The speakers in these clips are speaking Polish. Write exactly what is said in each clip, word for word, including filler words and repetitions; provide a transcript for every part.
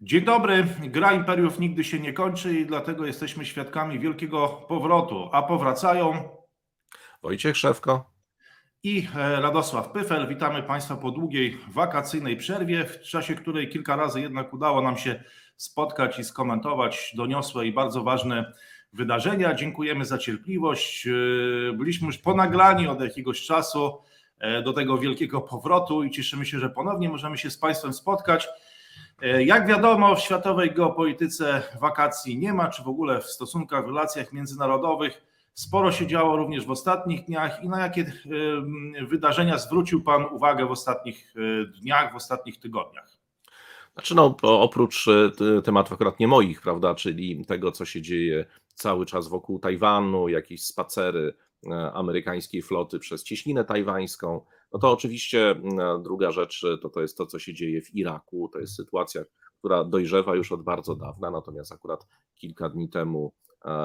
Dzień dobry. Gra imperiów nigdy się nie kończy i dlatego jesteśmy świadkami wielkiego powrotu, a powracają Wojciech Szewko i Radosław Pyfel. Witamy Państwa po długiej wakacyjnej przerwie, w czasie której kilka razy jednak udało nam się spotkać i skomentować doniosłe i bardzo ważne wydarzenia. Dziękujemy za cierpliwość. Byliśmy już ponaglani od jakiegoś czasu do tego wielkiego powrotu i cieszymy się, że ponownie możemy się z Państwem spotkać. Jak wiadomo, w światowej geopolityce wakacji nie ma, czy w ogóle w stosunkach, w relacjach międzynarodowych. Sporo się działo również w ostatnich dniach i na jakie wydarzenia zwrócił Pan uwagę w ostatnich dniach, w ostatnich tygodniach? Znaczy no, oprócz tematów akurat nie moich, prawda, czyli tego, co się dzieje cały czas wokół Tajwanu, jakieś spacery amerykańskiej floty przez cieśninę tajwańską, no to oczywiście druga rzecz to, to jest to, co się dzieje w Iraku. To jest sytuacja, która dojrzewa już od bardzo dawna, natomiast akurat kilka dni temu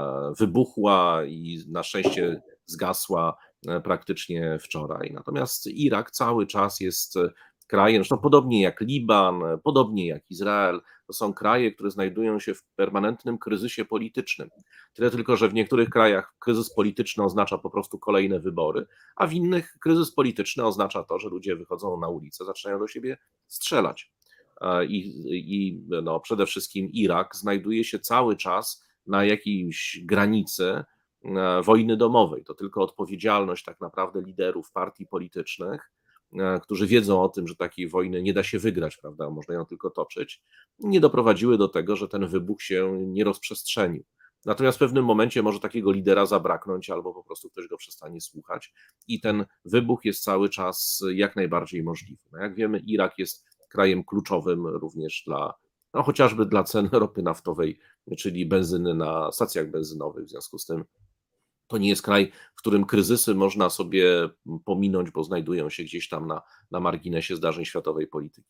wybuchła i na szczęście zgasła praktycznie wczoraj. Natomiast Irak cały czas jest krajem, zresztą podobnie jak Liban, podobnie jak Izrael, to są kraje, które znajdują się w permanentnym kryzysie politycznym. Tyle tylko, że w niektórych krajach kryzys polityczny oznacza po prostu kolejne wybory, a w innych kryzys polityczny oznacza to, że ludzie wychodzą na ulicę, zaczynają do siebie strzelać. I, i no, przede wszystkim Irak znajduje się cały czas na jakiejś granicy wojny domowej. To tylko odpowiedzialność tak naprawdę liderów partii politycznych, którzy wiedzą o tym, że takiej wojny nie da się wygrać, prawda, można ją tylko toczyć, nie doprowadziły do tego, że ten wybuch się nie rozprzestrzenił. Natomiast w pewnym momencie może takiego lidera zabraknąć, albo po prostu ktoś go przestanie słuchać i ten wybuch jest cały czas jak najbardziej możliwy. No jak wiemy, Irak jest krajem kluczowym również dla, no chociażby dla cen ropy naftowej, czyli benzyny na stacjach benzynowych. W związku z tym to nie jest kraj, w którym kryzysy można sobie pominąć, bo znajdują się gdzieś tam na, na marginesie zdarzeń światowej polityki.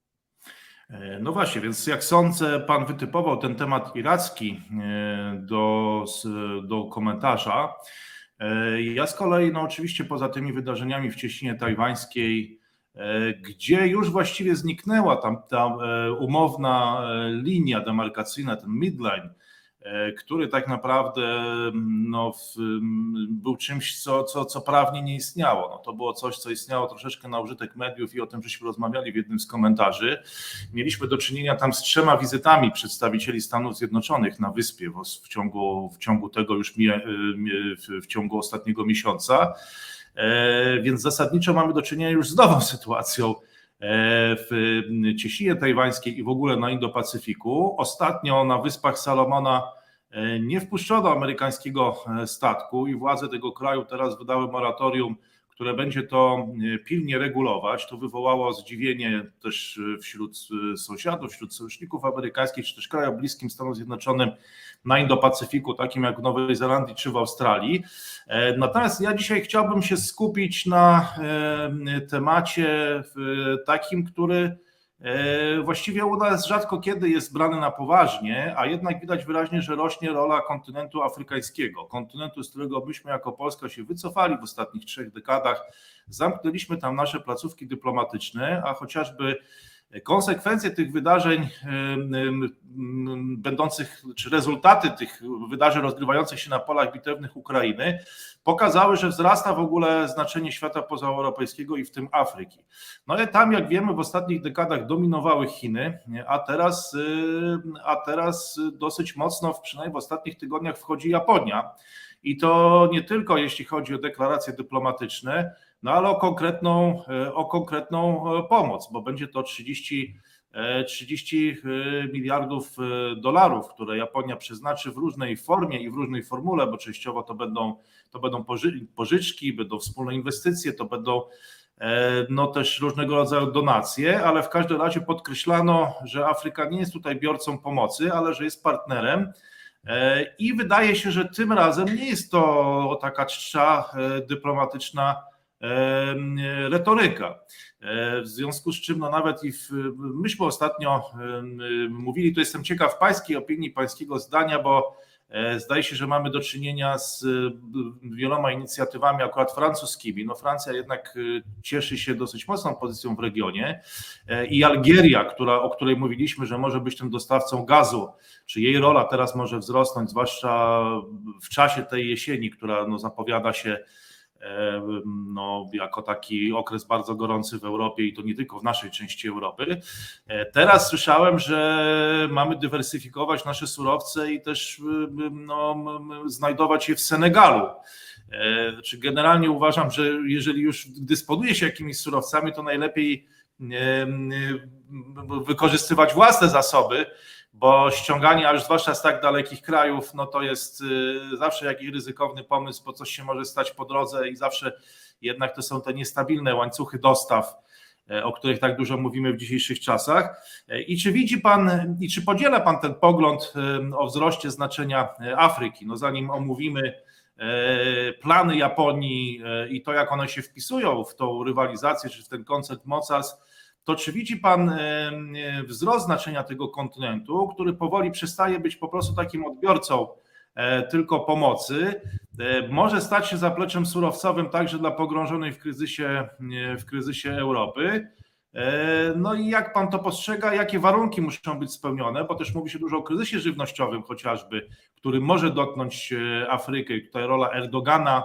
No właśnie, więc jak sądzę, Pan wytypował ten temat iracki do, do komentarza. Ja z kolei, no oczywiście poza tymi wydarzeniami w cieśninie tajwańskiej, gdzie już właściwie zniknęła tam ta umowna linia demarkacyjna, ten midline, który tak naprawdę no, był czymś, co, co, co prawnie nie istniało. No, to było coś, co istniało troszeczkę na użytek mediów i o tym żeśmy rozmawiali w jednym z komentarzy. Mieliśmy do czynienia tam z trzema wizytami przedstawicieli Stanów Zjednoczonych na wyspie w ciągu, w ciągu tego już w ciągu ostatniego miesiąca, więc zasadniczo mamy do czynienia już z nową sytuacją w cieśninie tajwańskiej i w ogóle na Indo-Pacyfiku. Ostatnio na Wyspach Salomona nie wpuszczono amerykańskiego statku i władze tego kraju teraz wydały moratorium, które będzie to pilnie regulować. To wywołało zdziwienie też wśród sąsiadów, wśród sojuszników amerykańskich, czy też krajów bliskim Stanom Zjednoczonym na Indo-Pacyfiku, takim jak w Nowej Zelandii czy w Australii. Natomiast ja dzisiaj chciałbym się skupić na temacie takim, który właściwie u nas rzadko kiedy jest brany na poważnie, a jednak widać wyraźnie, że rośnie rola kontynentu afrykańskiego, kontynentu, z którego myśmy jako Polska się wycofali w ostatnich trzech dekadach. Zamknęliśmy tam nasze placówki dyplomatyczne, a chociażby konsekwencje tych wydarzeń będących, czy rezultaty tych wydarzeń rozgrywających się na polach bitewnych Ukrainy pokazały, że wzrasta w ogóle znaczenie świata pozaeuropejskiego i w tym Afryki. No ale tam, jak wiemy, w ostatnich dekadach dominowały Chiny, a teraz, a teraz dosyć mocno, przynajmniej w ostatnich tygodniach, wchodzi Japonia. I to nie tylko jeśli chodzi o deklaracje dyplomatyczne, no ale o konkretną, o konkretną pomoc, bo będzie to trzydzieści, trzydzieści miliardów dolarów, które Japonia przeznaczy w różnej formie i w różnej formule, bo częściowo to będą, to będą pożyczki, będą wspólne inwestycje, to będą no też różnego rodzaju donacje, ale w każdym razie podkreślano, że Afryka nie jest tutaj biorcą pomocy, ale że jest partnerem. I wydaje się, że tym razem nie jest to taka czcza dyplomatyczna retoryka. W związku z czym no nawet i w, myśmy ostatnio mówili, to jestem ciekaw pańskiej opinii, pańskiego zdania, bo Zdaje się, że mamy do czynienia z wieloma inicjatywami akurat francuskimi. No Francja jednak cieszy się dosyć mocną pozycją w regionie i Algieria, która, o której mówiliśmy, że może być tym dostawcą gazu, czy jej rola teraz może wzrosnąć, zwłaszcza w czasie tej jesieni, która no, zapowiada się no, jako taki okres bardzo gorący w Europie i to nie tylko w naszej części Europy. Teraz słyszałem, że mamy dywersyfikować nasze surowce i też no, znajdować je w Senegalu. Czy generalnie uważam, że jeżeli już dysponuje się jakimiś surowcami, to najlepiej wykorzystywać własne zasoby, bo ściąganie aż zwłaszcza z tak dalekich krajów, no to jest zawsze jakiś ryzykowny pomysł, bo coś się może stać po drodze i zawsze jednak to są te niestabilne łańcuchy dostaw, o których tak dużo mówimy w dzisiejszych czasach. I czy widzi pan, i czy podziela pan ten pogląd o wzroście znaczenia Afryki? No zanim omówimy plany Japonii i to, jak one się wpisują w tą rywalizację, czy w ten koncept mocarstw, to czy widzi pan wzrost znaczenia tego kontynentu, który powoli przestaje być po prostu takim odbiorcą tylko pomocy, może stać się zapleczem surowcowym także dla pogrążonej w kryzysie, w kryzysie Europy? No i jak pan to postrzega, jakie warunki muszą być spełnione, bo też mówi się dużo o kryzysie żywnościowym chociażby, który może dotknąć Afrykę i tutaj rola Erdogana,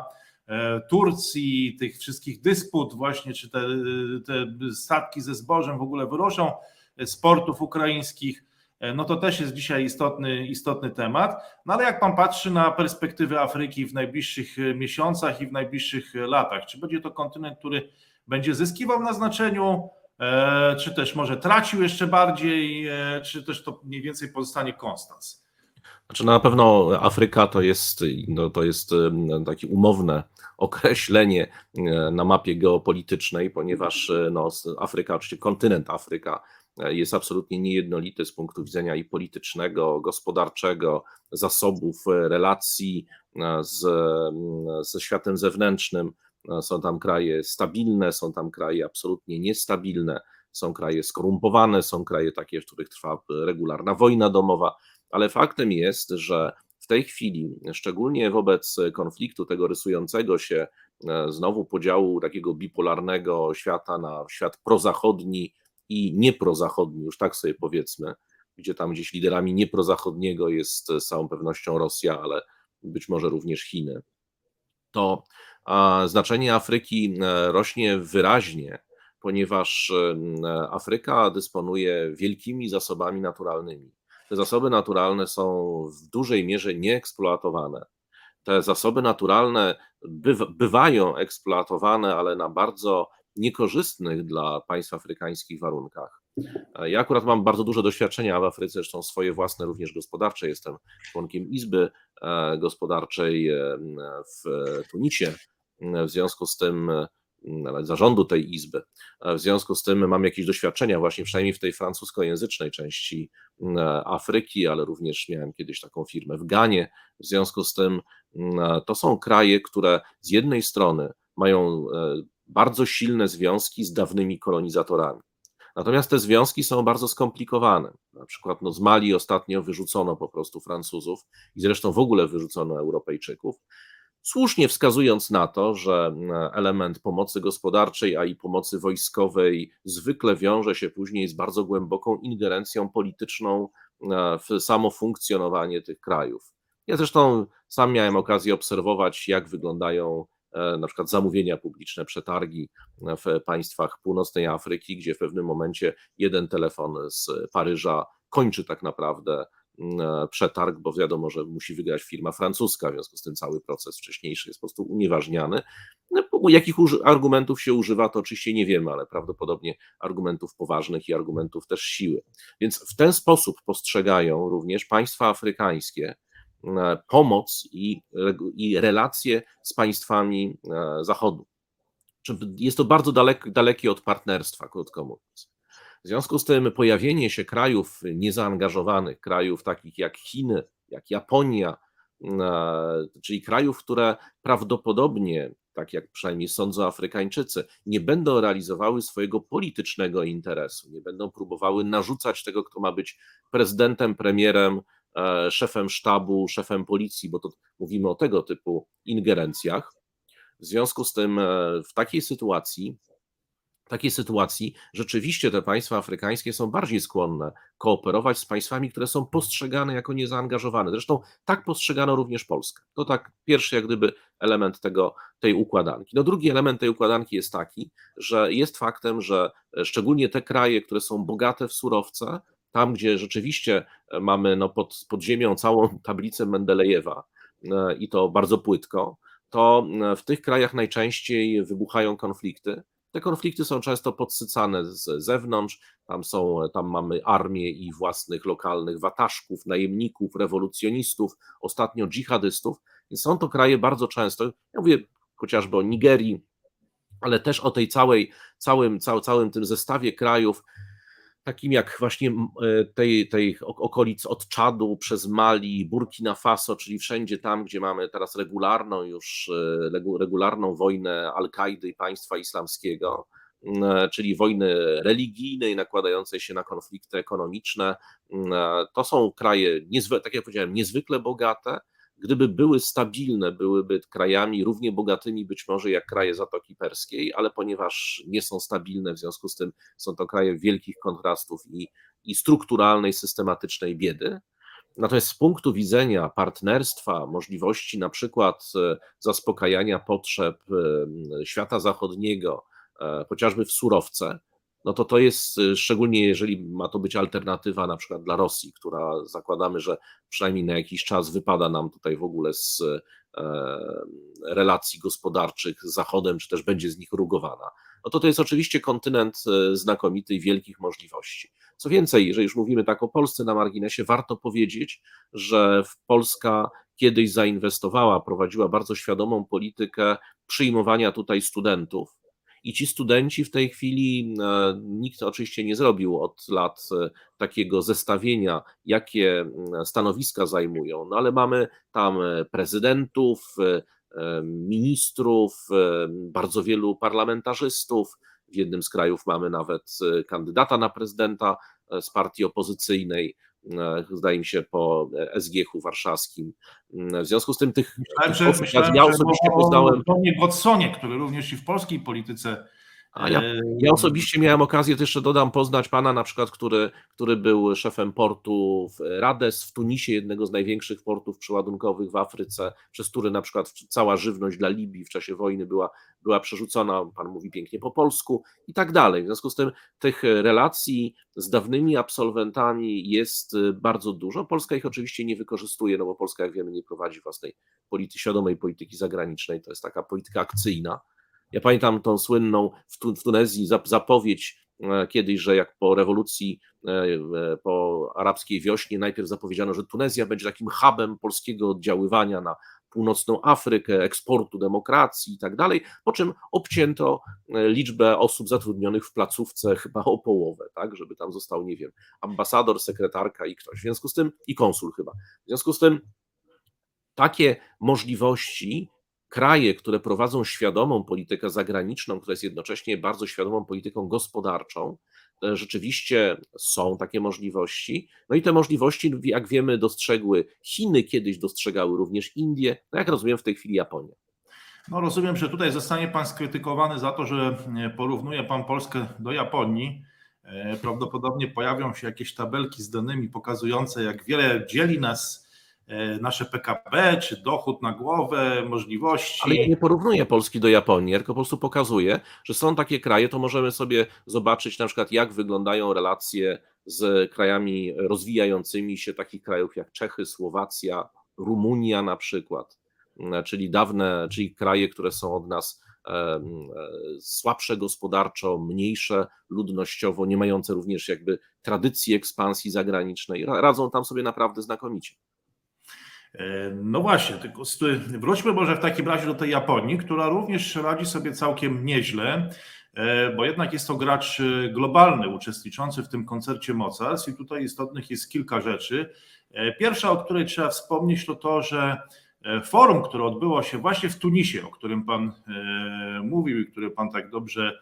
Turcji, tych wszystkich dysput właśnie, czy te, te statki ze zbożem w ogóle wyruszą z portów ukraińskich, no to też jest dzisiaj istotny, istotny temat. No ale jak pan patrzy na perspektywy Afryki w najbliższych miesiącach i w najbliższych latach, czy będzie to kontynent, który będzie zyskiwał na znaczeniu, czy też może tracił jeszcze bardziej, czy też to mniej więcej pozostanie konstans? Znaczy na pewno Afryka to jest, no to jest takie umowne określenie na mapie geopolitycznej, ponieważ no, Afryka, oczywiście kontynent Afryka jest absolutnie niejednolity z punktu widzenia i politycznego, gospodarczego, zasobów, relacji z, ze światem zewnętrznym. Są tam kraje stabilne, są tam kraje absolutnie niestabilne, są kraje skorumpowane, są kraje takie, w których trwa regularna wojna domowa, ale faktem jest, że w tej chwili, szczególnie wobec konfliktu tego rysującego się znowu podziału takiego bipolarnego świata na świat prozachodni i nieprozachodni, już tak sobie powiedzmy, gdzie tam gdzieś liderami nieprozachodniego jest z całą pewnością Rosja, ale być może również Chiny, to znaczenie Afryki rośnie wyraźnie, ponieważ Afryka dysponuje wielkimi zasobami naturalnymi. Te zasoby naturalne są w dużej mierze nieeksploatowane. Te zasoby naturalne bywa, bywają eksploatowane, ale na bardzo niekorzystnych dla państw afrykańskich warunkach. Ja akurat mam bardzo duże doświadczenia w Afryce, zresztą swoje własne również gospodarcze. Jestem członkiem Izby Gospodarczej w Tunisie. W związku z tym, nawet zarządu tej izby, w związku z tym mam jakieś doświadczenia właśnie przynajmniej w tej francuskojęzycznej części Afryki, ale również miałem kiedyś taką firmę w Ganie. W związku z tym to są kraje, które z jednej strony mają bardzo silne związki z dawnymi kolonizatorami. Natomiast te związki są bardzo skomplikowane. Na przykład no, z Mali ostatnio wyrzucono po prostu Francuzów i zresztą w ogóle wyrzucono Europejczyków, słusznie wskazując na to, że element pomocy gospodarczej, a i pomocy wojskowej zwykle wiąże się później z bardzo głęboką ingerencją polityczną w samo funkcjonowanie tych krajów. Ja zresztą sam miałem okazję obserwować, jak wyglądają na przykład zamówienia publiczne, przetargi w państwach północnej Afryki, gdzie w pewnym momencie jeden telefon z Paryża kończy tak naprawdę przetarg, bo wiadomo, że musi wygrać firma francuska, w związku z tym cały proces wcześniejszy jest po prostu unieważniany. Jakich argumentów się używa, to oczywiście nie wiemy, ale prawdopodobnie argumentów poważnych i argumentów też siły. Więc w ten sposób postrzegają również państwa afrykańskie pomoc i, i relacje z państwami Zachodu. Jest to bardzo dalek, dalekie od partnerstwa, krótko mówiąc. W związku z tym pojawienie się krajów niezaangażowanych, krajów takich jak Chiny, jak Japonia, czyli krajów, które prawdopodobnie, tak jak przynajmniej sądzą Afrykańczycy, nie będą realizowały swojego politycznego interesu, nie będą próbowały narzucać tego, kto ma być prezydentem, premierem szefem sztabu, szefem policji, bo to mówimy o tego typu ingerencjach. W związku z tym w takiej sytuacji, w takiej sytuacji rzeczywiście te państwa afrykańskie są bardziej skłonne kooperować z państwami, które są postrzegane jako niezaangażowane. Zresztą tak postrzegano również Polskę. To tak pierwszy jak gdyby element tego, tej układanki. No drugi element tej układanki jest taki, że jest faktem, że szczególnie te kraje, które są bogate w surowce, tam gdzie rzeczywiście mamy no pod, pod ziemią całą tablicę Mendelejewa i to bardzo płytko, to w tych krajach najczęściej wybuchają konflikty. Te konflikty są często podsycane z zewnątrz, tam, są, tam mamy armię i własnych lokalnych wataszków, najemników, rewolucjonistów, ostatnio dżihadystów, więc są to kraje bardzo często, ja mówię chociażby o Nigerii, ale też o tej całej, całym, cał, całym tym zestawie krajów, takim jak właśnie tej, tej okolic od Czadu przez Mali, Burkina Faso, czyli wszędzie tam, gdzie mamy teraz regularną już, regularną wojnę Al-Kaidy i państwa islamskiego, czyli wojny religijnej nakładającej się na konflikty ekonomiczne. To są kraje, tak jak powiedziałem, niezwykle bogate. Gdyby były stabilne, byłyby krajami równie bogatymi być może jak kraje Zatoki Perskiej, ale ponieważ nie są stabilne, w związku z tym są to kraje wielkich kontrastów i, i strukturalnej, systematycznej biedy. Natomiast z punktu widzenia partnerstwa, możliwości na przykład zaspokajania potrzeb świata zachodniego, chociażby w surowce, no to to jest, szczególnie jeżeli ma to być alternatywa na przykład dla Rosji, która zakładamy, że przynajmniej na jakiś czas wypada nam tutaj w ogóle z relacji gospodarczych z Zachodem, czy też będzie z nich rugowana, no to to jest oczywiście kontynent znakomity i wielkich możliwości. Co więcej, jeżeli już mówimy tak o Polsce na marginesie, warto powiedzieć, że Polska kiedyś zainwestowała, prowadziła bardzo świadomą politykę przyjmowania tutaj studentów. I ci studenci w tej chwili, nikt oczywiście nie zrobił od lat takiego zestawienia, jakie stanowiska zajmują, no ale mamy tam prezydentów, ministrów, bardzo wielu parlamentarzystów. W jednym z krajów mamy nawet kandydata na prezydenta z partii opozycyjnej, zdaje mi się po S G H-u warszawskim. W związku z tym tych myślałem, że, myślałem, ja osobiście że poznałem... Tonie Watsonie, który również i w polskiej polityce... A ja, ja osobiście miałem okazję, to jeszcze dodam, poznać pana na przykład, który, który był szefem portu w Rades w Tunisie, jednego z największych portów przeładunkowych w Afryce, przez który na przykład cała żywność dla Libii w czasie wojny była, była przerzucona, pan mówi pięknie po polsku i tak dalej. W związku z tym tych relacji z dawnymi absolwentami jest bardzo dużo. Polska ich oczywiście nie wykorzystuje, no bo Polska, jak wiemy, nie prowadzi własnej polity, świadomej polityki zagranicznej, to jest taka polityka akcyjna. Ja pamiętam tą słynną w Tunezji zapowiedź kiedyś, że jak po rewolucji, po arabskiej wiośnie najpierw zapowiedziano, że Tunezja będzie takim hubem polskiego oddziaływania na północną Afrykę, eksportu demokracji i tak dalej, po czym obcięto liczbę osób zatrudnionych w placówce chyba o połowę, tak, żeby tam został, nie wiem, ambasador, sekretarka i ktoś, w związku z tym, i konsul chyba. W związku z tym takie możliwości kraje, które prowadzą świadomą politykę zagraniczną, która jest jednocześnie bardzo świadomą polityką gospodarczą, rzeczywiście są takie możliwości. No i te możliwości, jak wiemy, dostrzegły Chiny, kiedyś dostrzegały również Indie, no jak rozumiem w tej chwili Japonię. No rozumiem, że tutaj zostanie pan skrytykowany za to, że porównuje pan Polskę do Japonii. Prawdopodobnie pojawią się jakieś tabelki z danymi pokazujące, jak wiele dzieli nas nasze P K B, czy dochód na głowę, możliwości. Ale ja nie porównuję Polski do Japonii, ja tylko po prostu pokazuję, że są takie kraje, to możemy sobie zobaczyć na przykład, jak wyglądają relacje z krajami rozwijającymi się, takich krajów jak Czechy, Słowacja, Rumunia na przykład, czyli dawne, czyli kraje, które są od nas słabsze gospodarczo, mniejsze ludnościowo, nie mające również jakby tradycji ekspansji zagranicznej, radzą tam sobie naprawdę znakomicie. No właśnie, tylko wróćmy może w takim razie do tej Japonii, która również radzi sobie całkiem nieźle, bo jednak jest to gracz globalny uczestniczący w tym koncercie mocarstw i tutaj istotnych jest kilka rzeczy. Pierwsza, o której trzeba wspomnieć, to to, że forum, które odbyło się właśnie w Tunisie, o którym pan mówił i które pan tak dobrze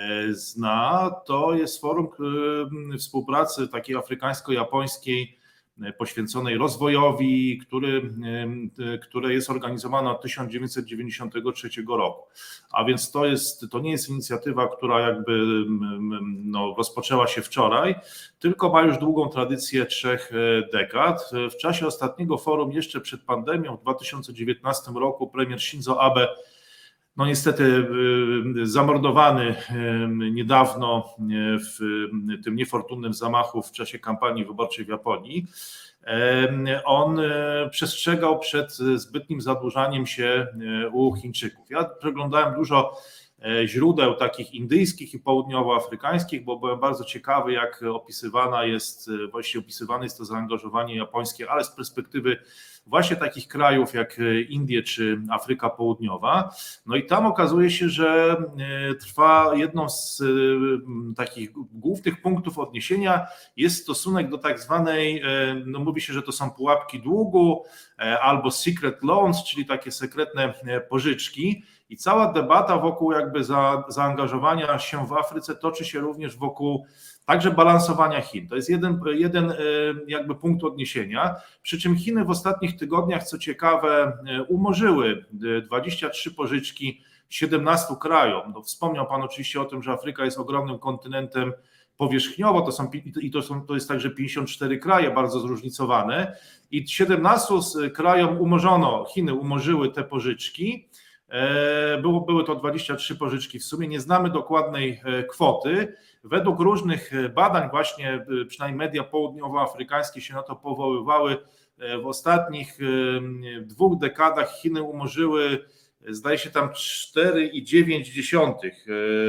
zna, to jest forum współpracy takiej afrykańsko-japońskiej poświęconej rozwojowi, który, które jest organizowane od tysiąc dziewięćset dziewięćdziesiątego trzeciego roku. A więc to jest, to nie jest inicjatywa, która jakby no, rozpoczęła się wczoraj, tylko ma już długą tradycję trzech dekad. W czasie ostatniego forum, jeszcze przed pandemią, w dwa tysiące dziewiętnastym roku premier Shinzo Abe, no niestety zamordowany niedawno w tym niefortunnym zamachu w czasie kampanii wyborczej w Japonii, on przestrzegał przed zbytnim zadłużaniem się u Chińczyków. Ja przeglądałem dużo źródeł takich indyjskich i południowoafrykańskich, bo byłem bardzo ciekawy, jak opisywana jest, właśnie opisywane jest to zaangażowanie japońskie, ale z perspektywy właśnie takich krajów jak Indie czy Afryka Południowa. No i tam okazuje się, że trwa jedną z takich głównych punktów odniesienia jest stosunek do tak zwanej, no mówi się, że to są pułapki długu albo secret loans, czyli takie sekretne pożyczki. I cała debata wokół jakby za, zaangażowania się w Afryce toczy się również wokół także balansowania Chin. To jest jeden, jeden jakby punkt odniesienia, przy czym Chiny w ostatnich tygodniach, co ciekawe, umorzyły dwadzieścia trzy pożyczki siedemnastu krajom. No, wspomniał Pan oczywiście o tym, że Afryka jest ogromnym kontynentem powierzchniowo, to są, i to, są, to jest także pięćdziesiąt cztery kraje bardzo zróżnicowane i siedemnastu krajom umorzono, Chiny umorzyły te pożyczki. Było, były to dwadzieścia trzy pożyczki w sumie, nie znamy dokładnej kwoty. Według różnych badań, właśnie przynajmniej media południowoafrykańskie się na to powoływały, w ostatnich dwóch dekadach Chiny umorzyły, zdaje się tam cztery i dziewięć dziesiątych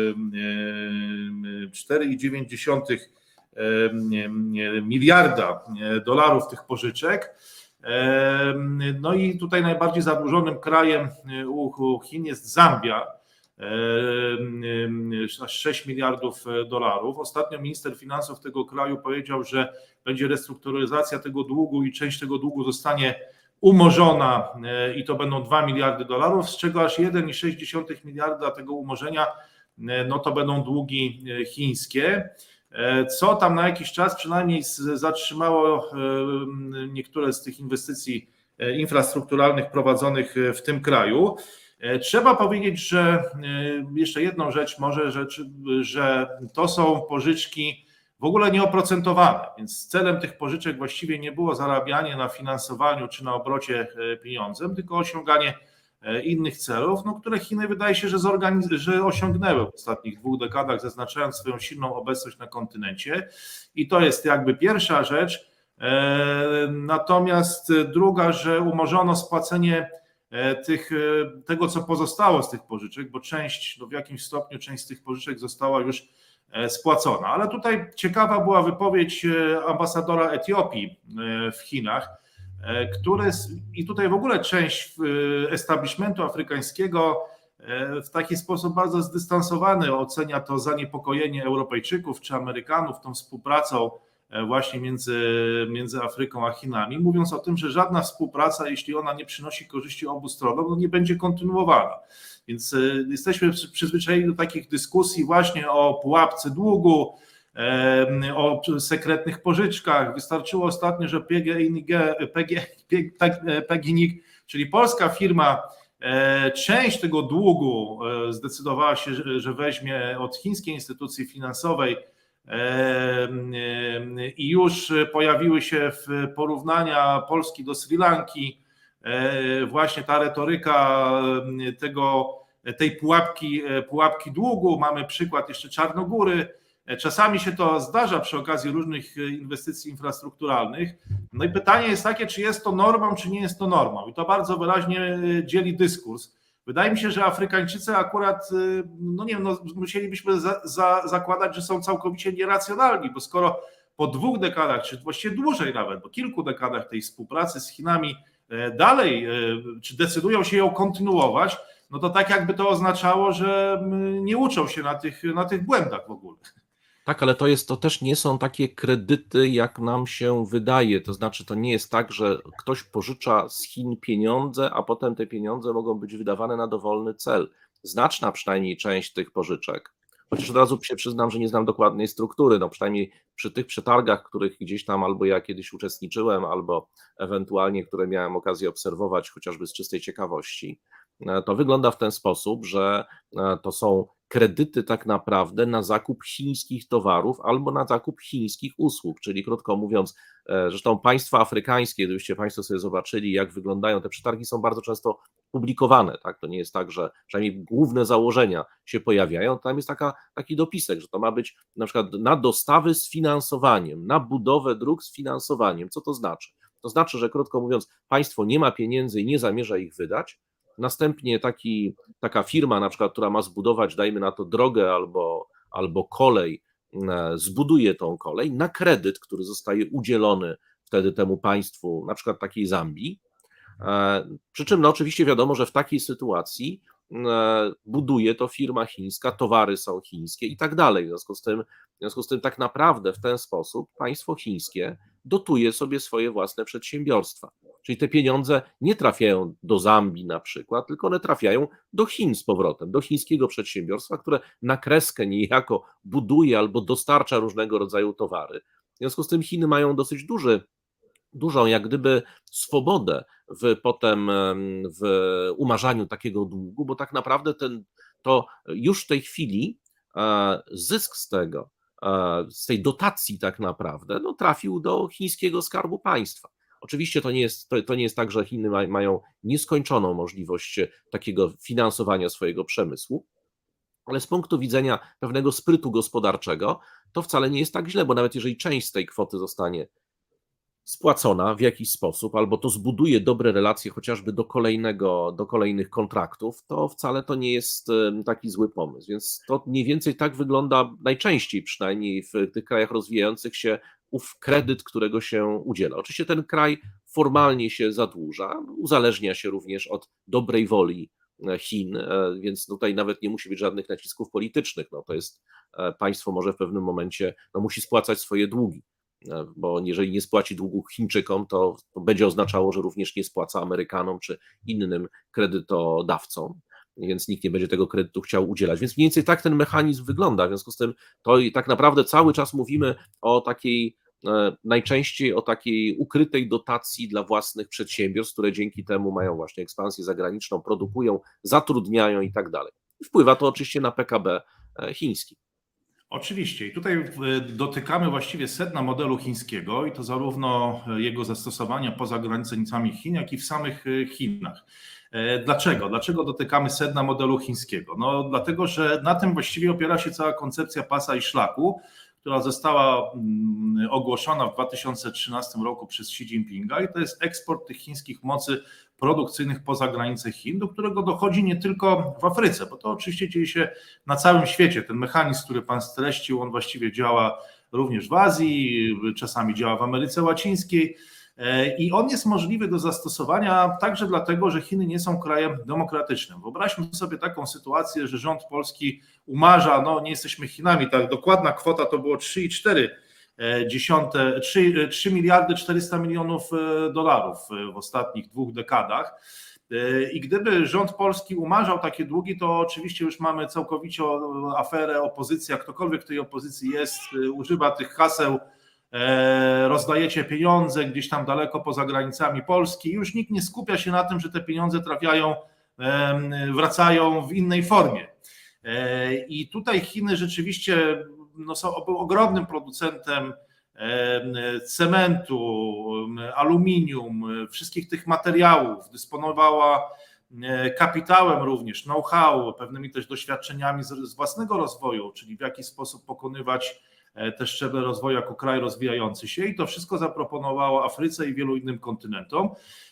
miliarda dolarów tych pożyczek. No i tutaj najbardziej zadłużonym krajem u Chin jest Zambia, aż sześć miliardów dolarów. Ostatnio minister finansów tego kraju powiedział, że będzie restrukturyzacja tego długu i część tego długu zostanie umorzona i to będą dwa miliardy dolarów, z czego aż jeden i sześć dziesiątych miliarda tego umorzenia no to będą długi chińskie, co tam na jakiś czas przynajmniej zatrzymało niektóre z tych inwestycji infrastrukturalnych prowadzonych w tym kraju. Trzeba powiedzieć, że jeszcze jedną rzecz może, że, że to są pożyczki w ogóle nieoprocentowane, więc celem tych pożyczek właściwie nie było zarabianie na finansowaniu czy na obrocie pieniądzem, tylko osiąganie innych celów, no, które Chiny wydaje się, że, zorganiz- że osiągnęły w ostatnich dwóch dekadach, zaznaczając swoją silną obecność na kontynencie. I to jest jakby pierwsza rzecz. Natomiast druga, że umorzono spłacenie tych, tego, co pozostało z tych pożyczek, bo część, no w jakimś stopniu część z tych pożyczek została już spłacona. Ale tutaj ciekawa była wypowiedź ambasadora Etiopii w Chinach, które i tutaj w ogóle część establishmentu afrykańskiego w taki sposób bardzo zdystansowany ocenia to zaniepokojenie Europejczyków czy Amerykanów tą współpracą właśnie między, między Afryką a Chinami, mówiąc o tym, że żadna współpraca, jeśli ona nie przynosi korzyści obu stronom, no nie będzie kontynuowana. Więc jesteśmy przyzwyczajeni do takich dyskusji właśnie o pułapce długu, o sekretnych pożyczkach. Wystarczyło ostatnio, że P G N I C, czyli polska firma, część tego długu zdecydowała się, że weźmie od chińskiej instytucji finansowej i już pojawiły się porównania Polski do Sri Lanki, właśnie ta retoryka tego, tej pułapki, pułapki długu. Mamy przykład jeszcze Czarnogóry. Czasami się to zdarza przy okazji różnych inwestycji infrastrukturalnych. No i pytanie jest takie, czy jest to normą, czy nie jest to normą. I to bardzo wyraźnie dzieli dyskurs. Wydaje mi się, że Afrykańczycy akurat, no nie wiem, no musielibyśmy za, za, zakładać, że są całkowicie nieracjonalni, bo skoro po dwóch dekadach, czy właściwie dłużej nawet, po kilku dekadach tej współpracy z Chinami dalej, czy decydują się ją kontynuować, no to tak jakby to oznaczało, że nie uczą się na tych, na tych błędach w ogóle. Tak, ale to jest, to też nie są takie kredyty, jak nam się wydaje. To znaczy, to nie jest tak, że ktoś pożycza z Chin pieniądze, a potem te pieniądze mogą być wydawane na dowolny cel. Znaczna przynajmniej część tych pożyczek Chociaż od razu się przyznam, że nie znam dokładnej struktury, no przynajmniej przy tych przetargach, których gdzieś tam albo ja kiedyś uczestniczyłem, albo ewentualnie, które miałem okazję obserwować chociażby z czystej ciekawości, to wygląda w ten sposób, że to są kredyty tak naprawdę na zakup chińskich towarów albo na zakup chińskich usług, czyli krótko mówiąc, zresztą państwa afrykańskie, gdybyście Państwo sobie zobaczyli, jak wyglądają, te przetargi są bardzo często publikowane, tak? To nie jest tak, że przynajmniej główne założenia się pojawiają, tam jest taka, taki dopisek, że to ma być na przykład na dostawy z finansowaniem, na budowę dróg z finansowaniem. Co to znaczy? To znaczy, że krótko mówiąc, państwo nie ma pieniędzy i nie zamierza ich wydać. Następnie taki, taka firma, na przykład, która ma zbudować, dajmy na to drogę albo, albo kolej, zbuduje tą kolej na kredyt, który zostaje udzielony wtedy temu państwu, na przykład takiej Zambii. Przy czym no oczywiście wiadomo, że w takiej sytuacji buduje to firma chińska, towary są chińskie i tak dalej. W związku z tym, w związku z tym tak naprawdę w ten sposób państwo chińskie dotuje sobie swoje własne przedsiębiorstwa. Czyli te pieniądze nie trafiają do Zambii na przykład, tylko one trafiają do Chin z powrotem, do chińskiego przedsiębiorstwa, które na kreskę niejako buduje albo dostarcza różnego rodzaju towary. W związku z tym Chiny mają dosyć duży dużą jak gdyby swobodę w, potem w umarzaniu takiego długu, bo tak naprawdę ten, to już w tej chwili zysk z tego, z tej dotacji tak naprawdę no, trafił do chińskiego skarbu państwa. Oczywiście to nie jest, to, to nie jest tak, że Chiny ma, mają nieskończoną możliwość takiego finansowania swojego przemysłu, ale z punktu widzenia pewnego sprytu gospodarczego to wcale nie jest tak źle, bo nawet jeżeli część z tej kwoty zostanie spłacona w jakiś sposób, albo to zbuduje dobre relacje chociażby do kolejnego, do kolejnych kontraktów, to wcale to nie jest taki zły pomysł. Więc to mniej więcej tak wygląda najczęściej, przynajmniej w tych krajach rozwijających się, ów kredyt, którego się udziela. Oczywiście ten kraj formalnie się zadłuża, uzależnia się również od dobrej woli Chin, więc tutaj nawet nie musi być żadnych nacisków politycznych. No to jest, państwo może w pewnym momencie no, musi spłacać swoje długi, bo jeżeli nie spłaci długu Chińczykom, to, to będzie oznaczało, że również nie spłaca Amerykanom czy innym kredytodawcom, więc nikt nie będzie tego kredytu chciał udzielać. Więc mniej więcej tak ten mechanizm wygląda. W związku z tym to i tak naprawdę cały czas mówimy o takiej, najczęściej o takiej ukrytej dotacji dla własnych przedsiębiorstw, które dzięki temu mają właśnie ekspansję zagraniczną, produkują, zatrudniają i tak dalej. Wpływa to oczywiście na P K B chiński. Oczywiście i tutaj dotykamy właściwie sedna modelu chińskiego i to zarówno jego zastosowania poza granicami Chin, jak i w samych Chinach. Dlaczego? Dlaczego dotykamy sedna modelu chińskiego? No dlatego, że na tym właściwie opiera się cała koncepcja pasa i szlaku, która została ogłoszona w dwa tysiące trzynastym roku przez Xi Jinpinga i to jest eksport tych chińskich mocy produkcyjnych poza granice Chin, do którego dochodzi nie tylko w Afryce, bo to oczywiście dzieje się na całym świecie. Ten mechanizm, który pan streścił, on właściwie działa również w Azji, czasami działa w Ameryce Łacińskiej i on jest możliwy do zastosowania także dlatego, że Chiny nie są krajem demokratycznym. Wyobraźmy sobie taką sytuację, że rząd polski umarza, no nie jesteśmy Chinami, tak dokładna kwota to było trzy miliardy czterysta milionów dolarów w ostatnich dwóch dekadach. I gdyby rząd polski umarzał takie długi, to oczywiście już mamy całkowicie aferę, opozycja, ktokolwiek w tej opozycji jest, używa tych haseł, rozdajecie pieniądze gdzieś tam daleko poza granicami Polski. Już nikt nie skupia się na tym, że te pieniądze trafiają, wracają w innej formie. I tutaj Chiny rzeczywiście no, są ogromnym producentem cementu, aluminium, wszystkich tych materiałów, dysponowała kapitałem również, know-how, pewnymi też doświadczeniami z, z własnego rozwoju, czyli w jaki sposób pokonywać te szczeble rozwoju jako kraj rozwijający się i to wszystko zaproponowało Afryce i wielu innym kontynentom.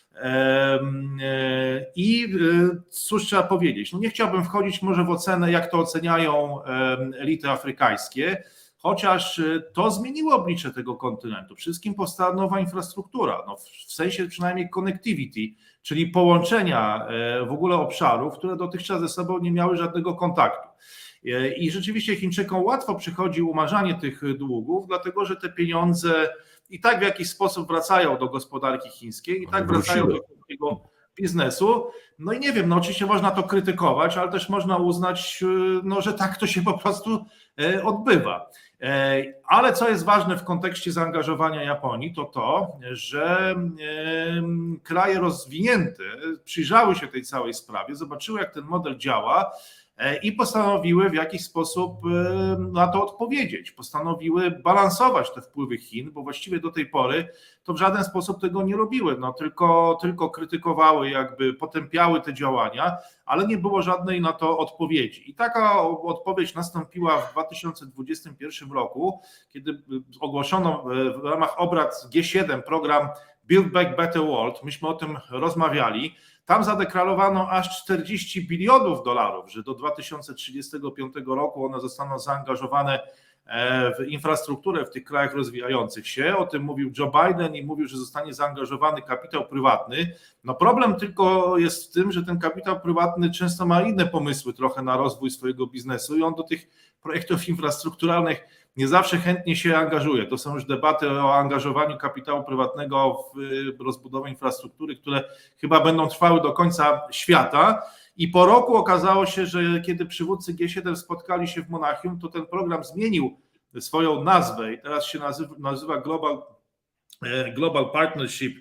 I cóż trzeba powiedzieć, no nie chciałbym wchodzić może w ocenę, jak to oceniają elity afrykańskie, chociaż to zmieniło oblicze tego kontynentu. Wszystkim powstała nowa infrastruktura, no w sensie przynajmniej connectivity, czyli połączenia w ogóle obszarów, które dotychczas ze sobą nie miały żadnego kontaktu. I rzeczywiście Chińczykom łatwo przychodzi umarzanie tych długów, dlatego że te pieniądze i tak w jakiś sposób wracają do gospodarki chińskiej, i tak wracają do chińskiego biznesu. No i nie wiem, no oczywiście można to krytykować, ale też można uznać, no, że tak to się po prostu odbywa. Ale co jest ważne w kontekście zaangażowania Japonii, to to, że kraje rozwinięte przyjrzały się tej całej sprawie, zobaczyły, jak ten model działa i postanowiły w jakiś sposób na to odpowiedzieć. Postanowiły balansować te wpływy Chin, bo właściwie do tej pory to w żaden sposób tego nie robiły, no tylko, tylko krytykowały, jakby potępiały te działania, ale nie było żadnej na to odpowiedzi. I taka odpowiedź nastąpiła w dwa tysiące dwudziestym pierwszym roku, kiedy ogłoszono w ramach obrad G siedem program Build Back Better World, myśmy o tym rozmawiali. Tam zadeklarowano aż czterdzieści bilionów dolarów, że do dwa tysiące trzydziestego piątego roku one zostaną zaangażowane w infrastrukturę w tych krajach rozwijających się. O tym mówił Joe Biden i mówił, że zostanie zaangażowany kapitał prywatny. No problem tylko jest w tym, że ten kapitał prywatny często ma inne pomysły trochę na rozwój swojego biznesu i on do tych projektów infrastrukturalnych nie zawsze chętnie się angażuje. To są już debaty o angażowaniu kapitału prywatnego w rozbudowę infrastruktury, które chyba będą trwały do końca świata. I po roku okazało się, że kiedy przywódcy G siedem spotkali się w Monachium, to ten program zmienił swoją nazwę i teraz się nazywa, nazywa Global, Global Partnership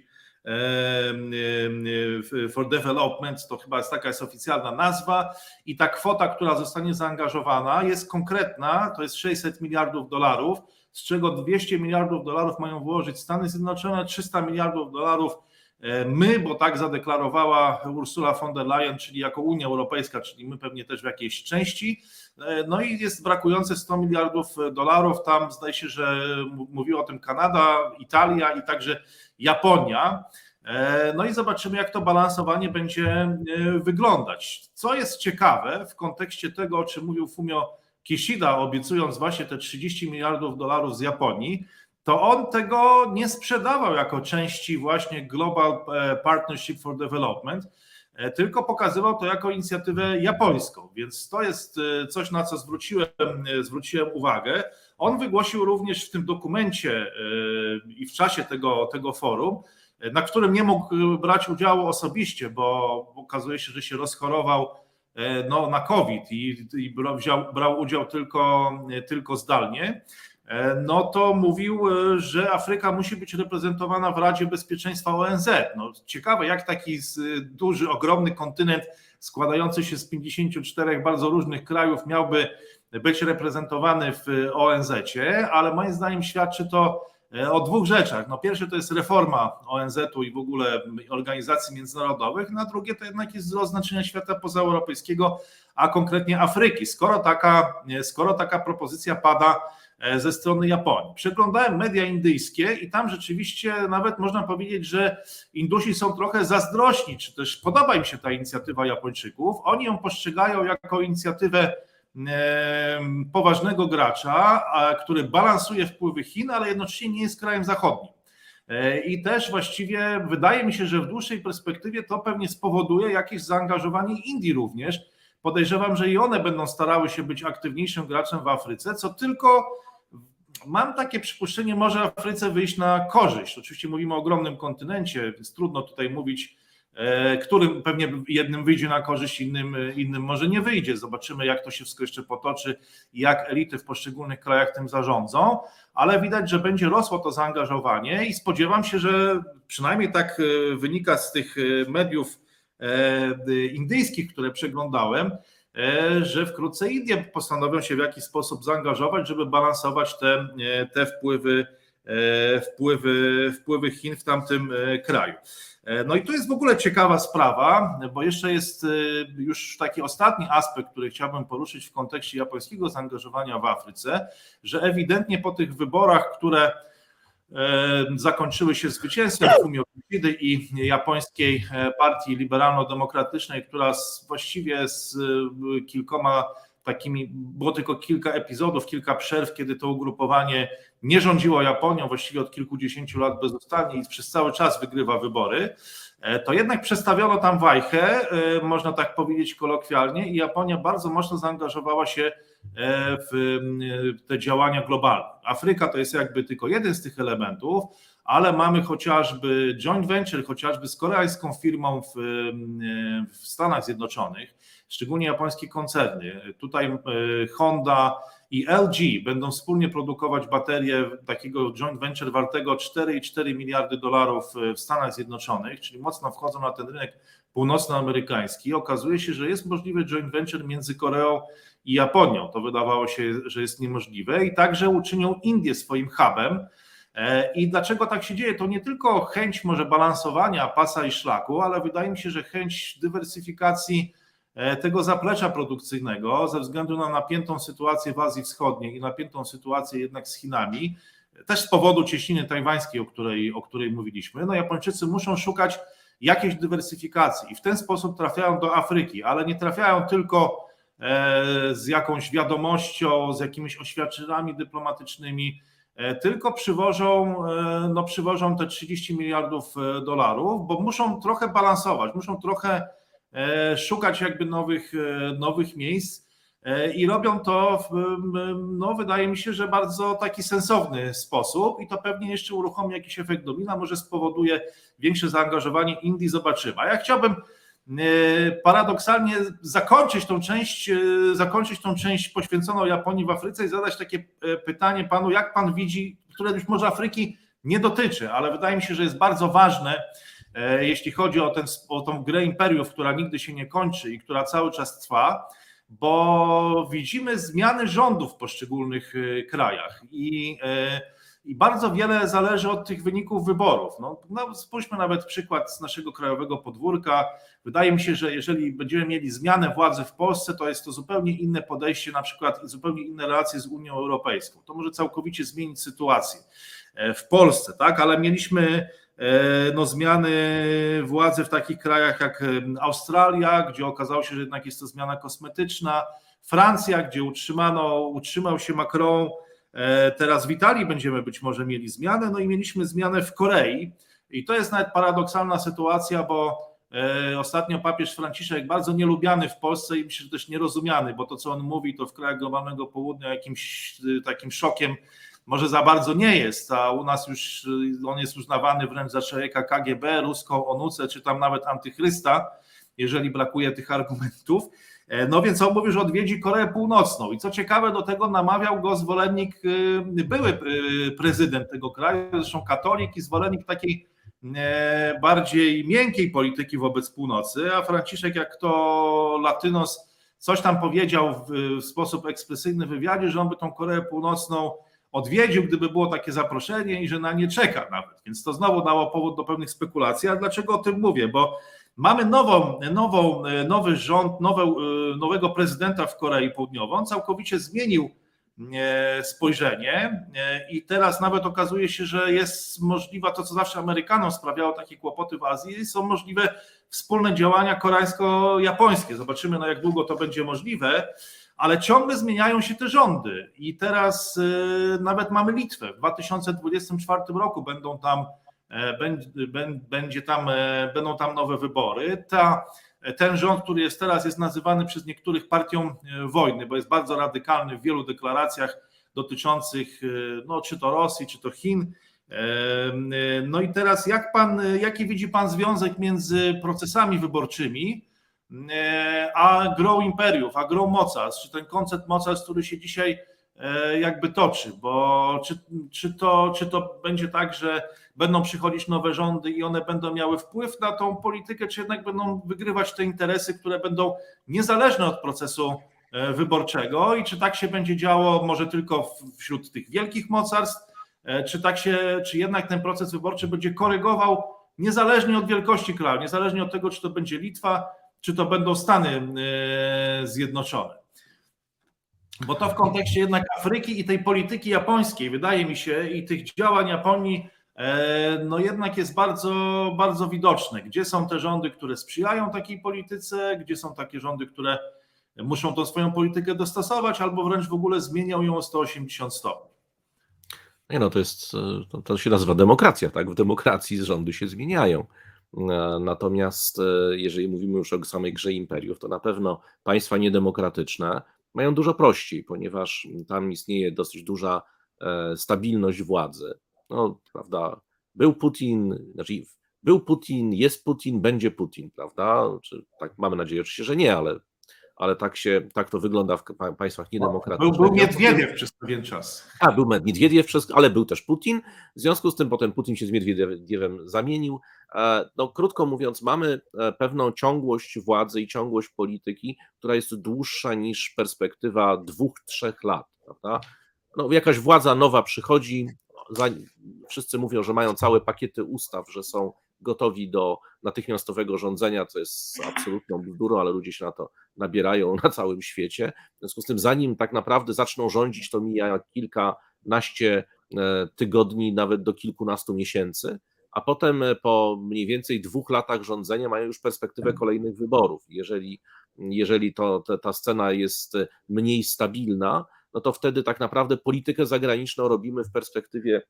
for Development, to chyba jest taka jest oficjalna nazwa i ta kwota, która zostanie zaangażowana jest konkretna, to jest sześćset miliardów dolarów, z czego dwieście miliardów dolarów mają włożyć Stany Zjednoczone, trzysta miliardów dolarów my, bo tak zadeklarowała Ursula von der Leyen, czyli jako Unia Europejska, czyli my pewnie też w jakiejś części. No i jest brakujące sto miliardów dolarów, tam zdaje się, że mówiła o tym Kanada, Italia i także Japonia. No i zobaczymy, jak to balansowanie będzie wyglądać. Co jest ciekawe w kontekście tego, o czym mówił Fumio Kishida, obiecując właśnie te trzydzieści miliardów dolarów z Japonii, to on tego nie sprzedawał jako części właśnie Global Partnership for Development, tylko pokazywał to jako inicjatywę japońską, więc to jest coś, na co zwróciłem, zwróciłem uwagę. On wygłosił również w tym dokumencie i w czasie tego, tego forum, na którym nie mógł brać udziału osobiście, bo okazuje się, że się rozchorował no, na COVID i, i brał, brał udział tylko, tylko zdalnie. No to mówił, że Afryka musi być reprezentowana w Radzie Bezpieczeństwa O N Z. No ciekawe, jak taki duży, ogromny kontynent składający się z pięćdziesięciu czterech bardzo różnych krajów miałby być reprezentowany w O N Z-cie, ale moim zdaniem świadczy to o dwóch rzeczach. No pierwsze to jest reforma O N Z-u i w ogóle organizacji międzynarodowych, na drugie to jednak jest wzrost znaczenia świata pozaeuropejskiego, a konkretnie Afryki, skoro taka, skoro taka propozycja pada ze strony Japonii. Przeglądałem media indyjskie i tam rzeczywiście nawet można powiedzieć, że Indusi są trochę zazdrośni, czy też podoba im się ta inicjatywa Japończyków. Oni ją postrzegają jako inicjatywę poważnego gracza, który balansuje wpływy Chin, ale jednocześnie nie jest krajem zachodnim. I też właściwie wydaje mi się, że w dłuższej perspektywie to pewnie spowoduje jakieś zaangażowanie Indii również. Podejrzewam, że i one będą starały się być aktywniejszym graczem w Afryce, co tylko mam takie przypuszczenie, może Afryce wyjść na korzyść. Oczywiście mówimy o ogromnym kontynencie, więc trudno tutaj mówić, którym pewnie jednym wyjdzie na korzyść, innym, innym może nie wyjdzie. Zobaczymy, jak to się wszystko jeszcze potoczy i jak elity w poszczególnych krajach tym zarządzą, ale widać, że będzie rosło to zaangażowanie i spodziewam się, że przynajmniej tak wynika z tych mediów indyjskich, które przeglądałem, że wkrótce Indie postanowią się w jakiś sposób zaangażować, żeby balansować te, te wpływy, wpływy, wpływy Chin w tamtym kraju. No i to jest w ogóle ciekawa sprawa, bo jeszcze jest już taki ostatni aspekt, który chciałbym poruszyć w kontekście japońskiego zaangażowania w Afryce, że ewidentnie po tych wyborach, które zakończyły się zwycięstwem Fumio Kishidy i japońskiej partii liberalno-demokratycznej, która z, właściwie z kilkoma takimi, było tylko kilka epizodów, kilka przerw, kiedy to ugrupowanie nie rządziło Japonią, właściwie od kilkudziesięciu lat bezustannie i przez cały czas wygrywa wybory, to jednak przestawiono tam wajchę, można tak powiedzieć kolokwialnie, i Japonia bardzo mocno zaangażowała się w te działania globalne. Afryka to jest jakby tylko jeden z tych elementów, ale mamy chociażby joint venture, chociażby z koreańską firmą w, w Stanach Zjednoczonych, szczególnie japońskie koncerny. Tutaj Honda i L G będą wspólnie produkować baterie takiego joint venture wartego cztery i cztery miliardy dolarów w Stanach Zjednoczonych, czyli mocno wchodzą na ten rynek północnoamerykański. Okazuje się, że jest możliwy joint venture między Koreą i Japonią. To wydawało się, że jest niemożliwe i także uczynią Indię swoim hubem. I dlaczego tak się dzieje? To nie tylko chęć może balansowania pasa i szlaku, ale wydaje mi się, że chęć dywersyfikacji tego zaplecza produkcyjnego ze względu na napiętą sytuację w Azji Wschodniej i napiętą sytuację jednak z Chinami, też z powodu cieśniny tajwańskiej, o której, o której mówiliśmy. No Japończycy muszą szukać jakiejś dywersyfikacji i w ten sposób trafiają do Afryki, ale nie trafiają tylko z jakąś wiadomością, z jakimiś oświadczeniami dyplomatycznymi, tylko przywożą, no przywożą te trzydzieści miliardów dolarów, bo muszą trochę balansować, muszą trochę szukać jakby nowych, nowych miejsc i robią to w, no wydaje mi się, że bardzo taki sensowny sposób i to pewnie jeszcze uruchomi jakiś efekt domina, może spowoduje większe zaangażowanie Indii, zobaczymy. A ja chciałbym paradoksalnie zakończyć tą część, zakończyć tą część poświęconą Japonii w Afryce i zadać takie pytanie panu, jak pan widzi, które już może Afryki nie dotyczy, ale wydaje mi się, że jest bardzo ważne, jeśli chodzi o, ten, o tą grę imperiów, która nigdy się nie kończy i która cały czas trwa, bo widzimy zmiany rządów w poszczególnych krajach i, i bardzo wiele zależy od tych wyników wyborów. No, no, spójrzmy nawet przykład z naszego krajowego podwórka. Wydaje mi się, że jeżeli będziemy mieli zmianę władzy w Polsce, to jest to zupełnie inne podejście, na przykład zupełnie inne relacje z Unią Europejską. To może całkowicie zmienić sytuację w Polsce, tak? Ale mieliśmy no, zmiany władzy w takich krajach jak Australia, gdzie okazało się, że jednak jest to zmiana kosmetyczna, Francja, gdzie utrzymano, utrzymał się Macron, teraz w Italii będziemy być może mieli zmianę, no i mieliśmy zmianę w Korei i to jest nawet paradoksalna sytuacja, bo ostatnio papież Franciszek, bardzo nielubiany w Polsce i myślę, że też nierozumiany, bo to co on mówi to w krajach globalnego południa jakimś takim szokiem może za bardzo nie jest, a u nas już on jest uznawany wręcz za człowieka K G B, ruską onucę, czy tam nawet antychrysta, jeżeli brakuje tych argumentów. No więc on mówi, że odwiedzi Koreę Północną i co ciekawe do tego namawiał go zwolennik, były prezydent tego kraju, zresztą katolik i zwolennik takiej bardziej miękkiej polityki wobec północy, a Franciszek jak to latynos coś tam powiedział w sposób ekspresyjny w wywiadzie, że on by tą Koreę Północną odwiedził, gdyby było takie zaproszenie i że na nie czeka nawet. Więc to znowu dało powód do pewnych spekulacji. Ale dlaczego o tym mówię? Bo mamy nową, nową, nowy rząd, nowe, nowego prezydenta w Korei Południowej. On całkowicie zmienił spojrzenie i teraz nawet okazuje się, że jest możliwa to, co zawsze Amerykanom sprawiało takie kłopoty w Azji, są możliwe wspólne działania koreańsko-japońskie. Zobaczymy, na jak długo to będzie możliwe. Ale ciągle zmieniają się te rządy i teraz y, nawet mamy Litwę. W dwa tysiące dwudziestym czwartym roku będą tam, e, będzie, będzie tam, e, będą tam nowe wybory. Ta, ten rząd, który jest teraz, jest nazywany przez niektórych partią wojny, bo jest bardzo radykalny w wielu deklaracjach dotyczących no, czy to Rosji, czy to Chin. No i teraz jak pan, jaki widzi pan związek między procesami wyborczymi a grą imperiów, a grą mocarstw, czy ten koncept mocarstw, który się dzisiaj jakby toczy, bo czy, czy, to, czy to będzie tak, że będą przychodzić nowe rządy i one będą miały wpływ na tą politykę, czy jednak będą wygrywać te interesy, które będą niezależne od procesu wyborczego i czy tak się będzie działo może tylko wśród tych wielkich mocarstw, czy tak się, czy jednak ten proces wyborczy będzie korygował niezależnie od wielkości kraju, niezależnie od tego, czy to będzie Litwa, czy to będą Stany Zjednoczone. Bo to w kontekście jednak Afryki i tej polityki japońskiej, wydaje mi się, i tych działań Japonii, no jednak jest bardzo, bardzo widoczne. Gdzie są te rządy, które sprzyjają takiej polityce, gdzie są takie rządy, które muszą tą swoją politykę dostosować, albo wręcz w ogóle zmienią ją o sto osiemdziesiąt stopni. Nie no, to jest, to, to się nazywa demokracja, tak? W demokracji rządy się zmieniają. Natomiast jeżeli mówimy już o samej grze imperiów, to na pewno państwa niedemokratyczne mają dużo prościej, ponieważ tam istnieje dosyć duża stabilność władzy. No, prawda, był Putin, znaczy był Putin, jest Putin, będzie Putin, prawda? Czy tak, mamy nadzieję oczywiście, że nie, ale, ale tak, się, tak to wygląda w państwach niedemokratycznych. Był, był Miedwiediew przez pewien czas. A, był Miedwiediew, ale był też Putin. W związku z tym potem Putin się z Miedwiediewem zamienił. No, krótko mówiąc, mamy pewną ciągłość władzy i ciągłość polityki, która jest dłuższa niż perspektywa dwóch, trzech lat, prawda? No, jakaś władza nowa przychodzi, wszyscy mówią, że mają całe pakiety ustaw, że są gotowi do natychmiastowego rządzenia, co jest absolutną bzdurą, ale ludzie się na to nabierają na całym świecie. W związku z tym, zanim tak naprawdę zaczną rządzić, to mija kilkanaście tygodni, nawet do kilkunastu miesięcy, a potem po mniej więcej dwóch latach rządzenia mają już perspektywę kolejnych wyborów. Jeżeli, jeżeli to, ta, ta scena jest mniej stabilna, no to wtedy tak naprawdę politykę zagraniczną robimy w perspektywie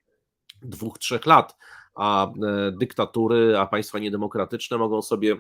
dwóch, trzech lat, a dyktatury, a państwa niedemokratyczne mogą sobie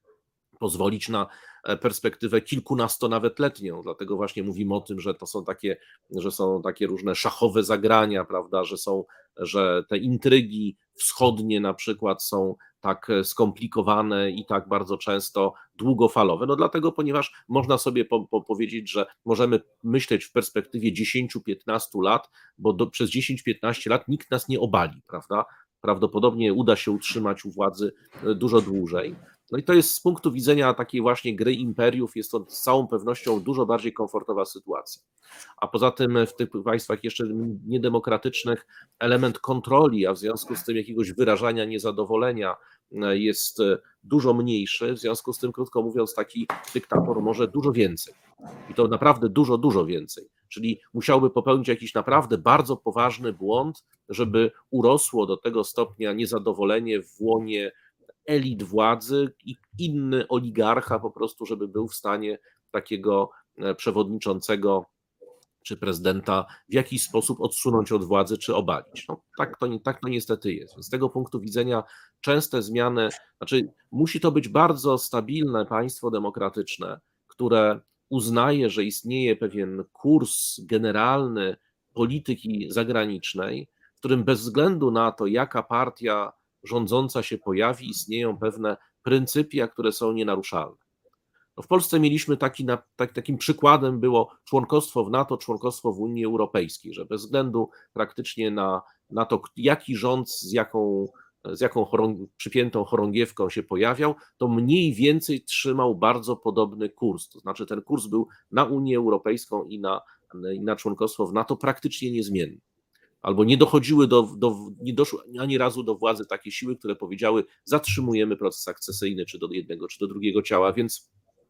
pozwolić na perspektywę kilkunasto nawet letnią. Dlatego właśnie mówimy o tym, że to są takie, że są takie różne szachowe zagrania, prawda, że są, że te intrygi wschodnie na przykład są tak skomplikowane i tak bardzo często długofalowe. No dlatego, ponieważ można sobie po, po powiedzieć, że możemy myśleć w perspektywie dziesięciu do piętnastu lat, bo do, przez dziesięć piętnaście lat nikt nas nie obali, prawda? Prawdopodobnie uda się utrzymać u władzy dużo dłużej. No i to jest z punktu widzenia takiej właśnie gry imperiów, jest to z całą pewnością dużo bardziej komfortowa sytuacja. A poza tym w tych państwach jeszcze niedemokratycznych element kontroli, a w związku z tym jakiegoś wyrażania niezadowolenia jest dużo mniejszy, w związku z tym, krótko mówiąc, taki dyktator może dużo więcej. I to naprawdę dużo, dużo więcej. Czyli musiałby popełnić jakiś naprawdę bardzo poważny błąd, żeby urosło do tego stopnia niezadowolenie w łonie elit władzy i inny oligarcha po prostu, żeby był w stanie takiego przewodniczącego czy prezydenta w jakiś sposób odsunąć od władzy czy obalić. No, tak, to, tak to niestety jest. Z tego punktu widzenia częste zmiany, znaczy musi to być bardzo stabilne państwo demokratyczne, które uznaje, że istnieje pewien kurs generalny polityki zagranicznej, w którym bez względu na to, jaka partia rządząca się pojawi, istnieją pewne pryncypia, które są nienaruszalne. No w Polsce mieliśmy taki, tak, takim przykładem było członkostwo w NATO, członkostwo w Unii Europejskiej, że bez względu praktycznie na, na to, jaki rząd z jaką, z jaką chorąg, przypiętą chorągiewką się pojawiał, to mniej więcej trzymał bardzo podobny kurs. To znaczy ten kurs był na Unię Europejską i na, i na członkostwo w NATO praktycznie niezmienny. Albo nie dochodziły do, do, nie doszły ani razu do władzy takie siły, które powiedziały, zatrzymujemy proces akcesyjny czy do jednego, czy do drugiego ciała, więc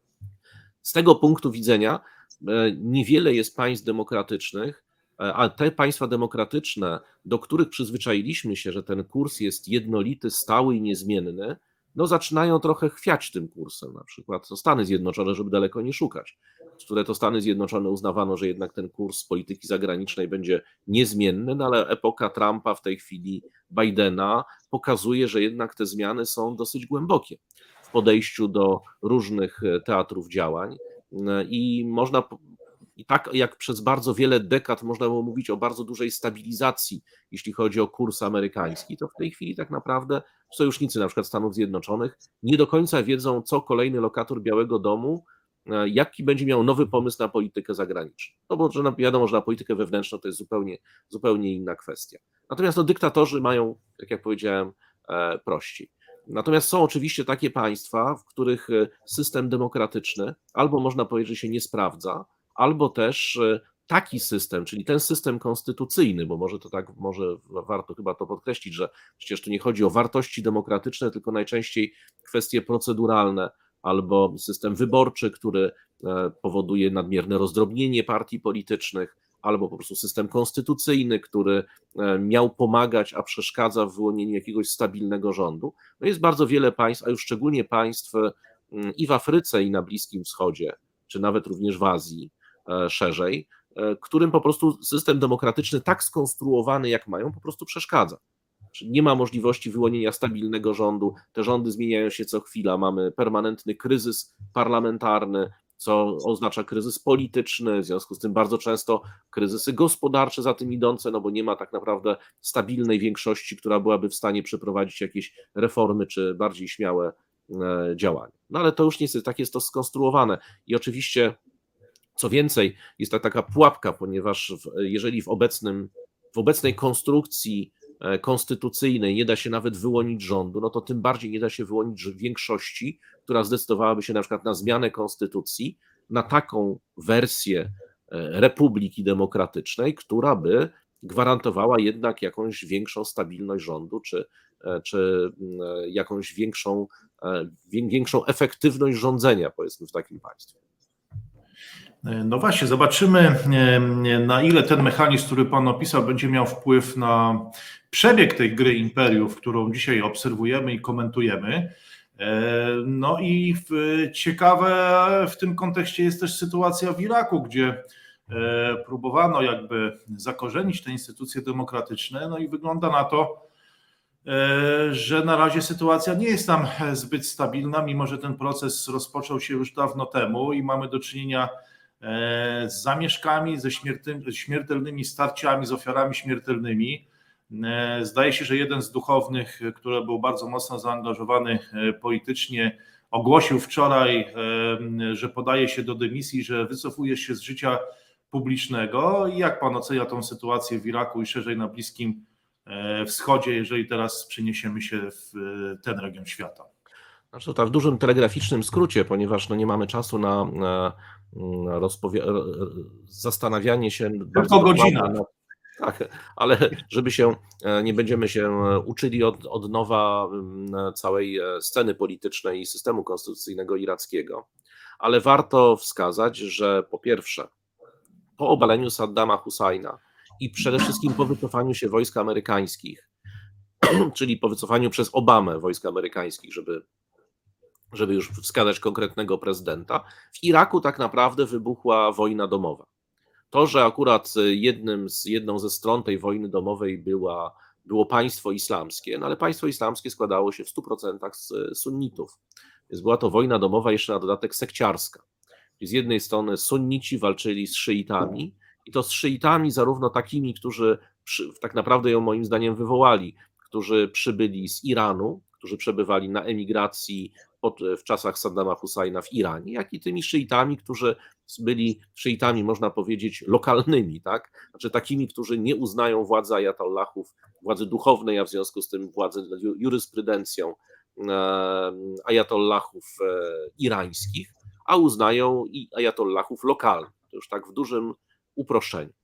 z tego punktu widzenia niewiele jest państw demokratycznych, a te państwa demokratyczne, do których przyzwyczailiśmy się, że ten kurs jest jednolity, stały i niezmienny, no zaczynają trochę chwiać tym kursem, na przykład to Stany Zjednoczone, żeby daleko nie szukać, które to Stany Zjednoczone uznawano, że jednak ten kurs polityki zagranicznej będzie niezmienny, no ale epoka Trumpa, w tej chwili Bidena pokazuje, że jednak te zmiany są dosyć głębokie w podejściu do różnych teatrów działań i można, i tak jak przez bardzo wiele dekad można było mówić o bardzo dużej stabilizacji, jeśli chodzi o kurs amerykański, to w tej chwili tak naprawdę sojusznicy na przykład Stanów Zjednoczonych nie do końca wiedzą, co kolejny lokator Białego Domu, jaki będzie miał nowy pomysł na politykę zagraniczną. No bo że wiadomo, że na politykę wewnętrzną to jest zupełnie, zupełnie inna kwestia. Natomiast no, dyktatorzy mają, tak jak powiedziałem, prościej. Natomiast są oczywiście takie państwa, w których system demokratyczny albo można powiedzieć, że się nie sprawdza, albo też taki system, czyli ten system konstytucyjny, bo może to tak, może warto chyba to podkreślić, że przecież tu nie chodzi o wartości demokratyczne, tylko najczęściej kwestie proceduralne, albo system wyborczy, który powoduje nadmierne rozdrobnienie partii politycznych, albo po prostu system konstytucyjny, który miał pomagać, a przeszkadza w wyłonieniu jakiegoś stabilnego rządu. No jest bardzo wiele państw, a już szczególnie państw i w Afryce, i na Bliskim Wschodzie, czy nawet również w Azji szerzej, którym po prostu system demokratyczny tak skonstruowany, jak mają, po prostu przeszkadza. Czyli nie ma możliwości wyłonienia stabilnego rządu, te rządy zmieniają się co chwila, mamy permanentny kryzys parlamentarny, co oznacza kryzys polityczny, w związku z tym bardzo często kryzysy gospodarcze za tym idące, no bo nie ma tak naprawdę stabilnej większości, która byłaby w stanie przeprowadzić jakieś reformy czy bardziej śmiałe działania. No ale to już niestety tak jest to skonstruowane i oczywiście co więcej, jest to taka pułapka, ponieważ w, jeżeli w, obecnym, w obecnej konstrukcji konstytucyjnej nie da się nawet wyłonić rządu, no to tym bardziej nie da się wyłonić większości, która zdecydowałaby się na przykład na zmianę konstytucji, na taką wersję republiki demokratycznej, która by gwarantowała jednak jakąś większą stabilność rządu, czy, czy jakąś większą, większą efektywność rządzenia, powiedzmy, w takim państwie. No właśnie, zobaczymy, na ile ten mechanizm, który Pan opisał, będzie miał wpływ na przebieg tej gry imperiów, którą dzisiaj obserwujemy i komentujemy. No i ciekawe w tym kontekście jest też sytuacja w Iraku, gdzie próbowano jakby zakorzenić te instytucje demokratyczne, no i wygląda na to, że na razie sytuacja nie jest tam zbyt stabilna, mimo że ten proces rozpoczął się już dawno temu i mamy do czynienia z zamieszkami, ze śmiertelnymi starciami, z ofiarami śmiertelnymi. Zdaje się, że jeden z duchownych, który był bardzo mocno zaangażowany politycznie, ogłosił wczoraj, że podaje się do dymisji, że wycofuje się z życia publicznego. I jak Pan ocenia tą sytuację w Iraku i szerzej na Bliskim Wschodzie, jeżeli teraz przeniesiemy się w ten region świata? Znaczy to w dużym telegraficznym skrócie, ponieważ no nie mamy czasu na, na rozpowi- zastanawianie się Tylko godzina. Na, tak, ale żeby się, nie będziemy się uczyli od, od nowa całej sceny politycznej i systemu konstytucyjnego irackiego, ale warto wskazać, że po pierwsze, po obaleniu Saddama Husajna i przede wszystkim po wycofaniu się wojsk amerykańskich, czyli po wycofaniu przez Obamę wojsk amerykańskich, żeby żeby już wskazać konkretnego prezydenta, w Iraku tak naprawdę wybuchła wojna domowa. To, że akurat jednym z, jedną ze stron tej wojny domowej była, było państwo islamskie, no ale państwo islamskie składało się w stu procentach z sunnitów. Więc była to wojna domowa jeszcze na dodatek sekciarska. Z jednej strony sunnici walczyli z szyitami i to z szyitami zarówno takimi, którzy przy, tak naprawdę ją moim zdaniem wywołali, którzy przybyli z Iranu, którzy przebywali na emigracji pod, w czasach Saddama Husajna w Iranie, jak i tymi szyitami, którzy byli szyitami, można powiedzieć, lokalnymi, tak? Znaczy takimi, którzy nie uznają władzy ajatollahów, władzy duchownej, a w związku z tym władzy jurysprudencją ajatollahów irańskich, a uznają i ajatollahów lokalnych. To już tak w dużym uproszczeniu.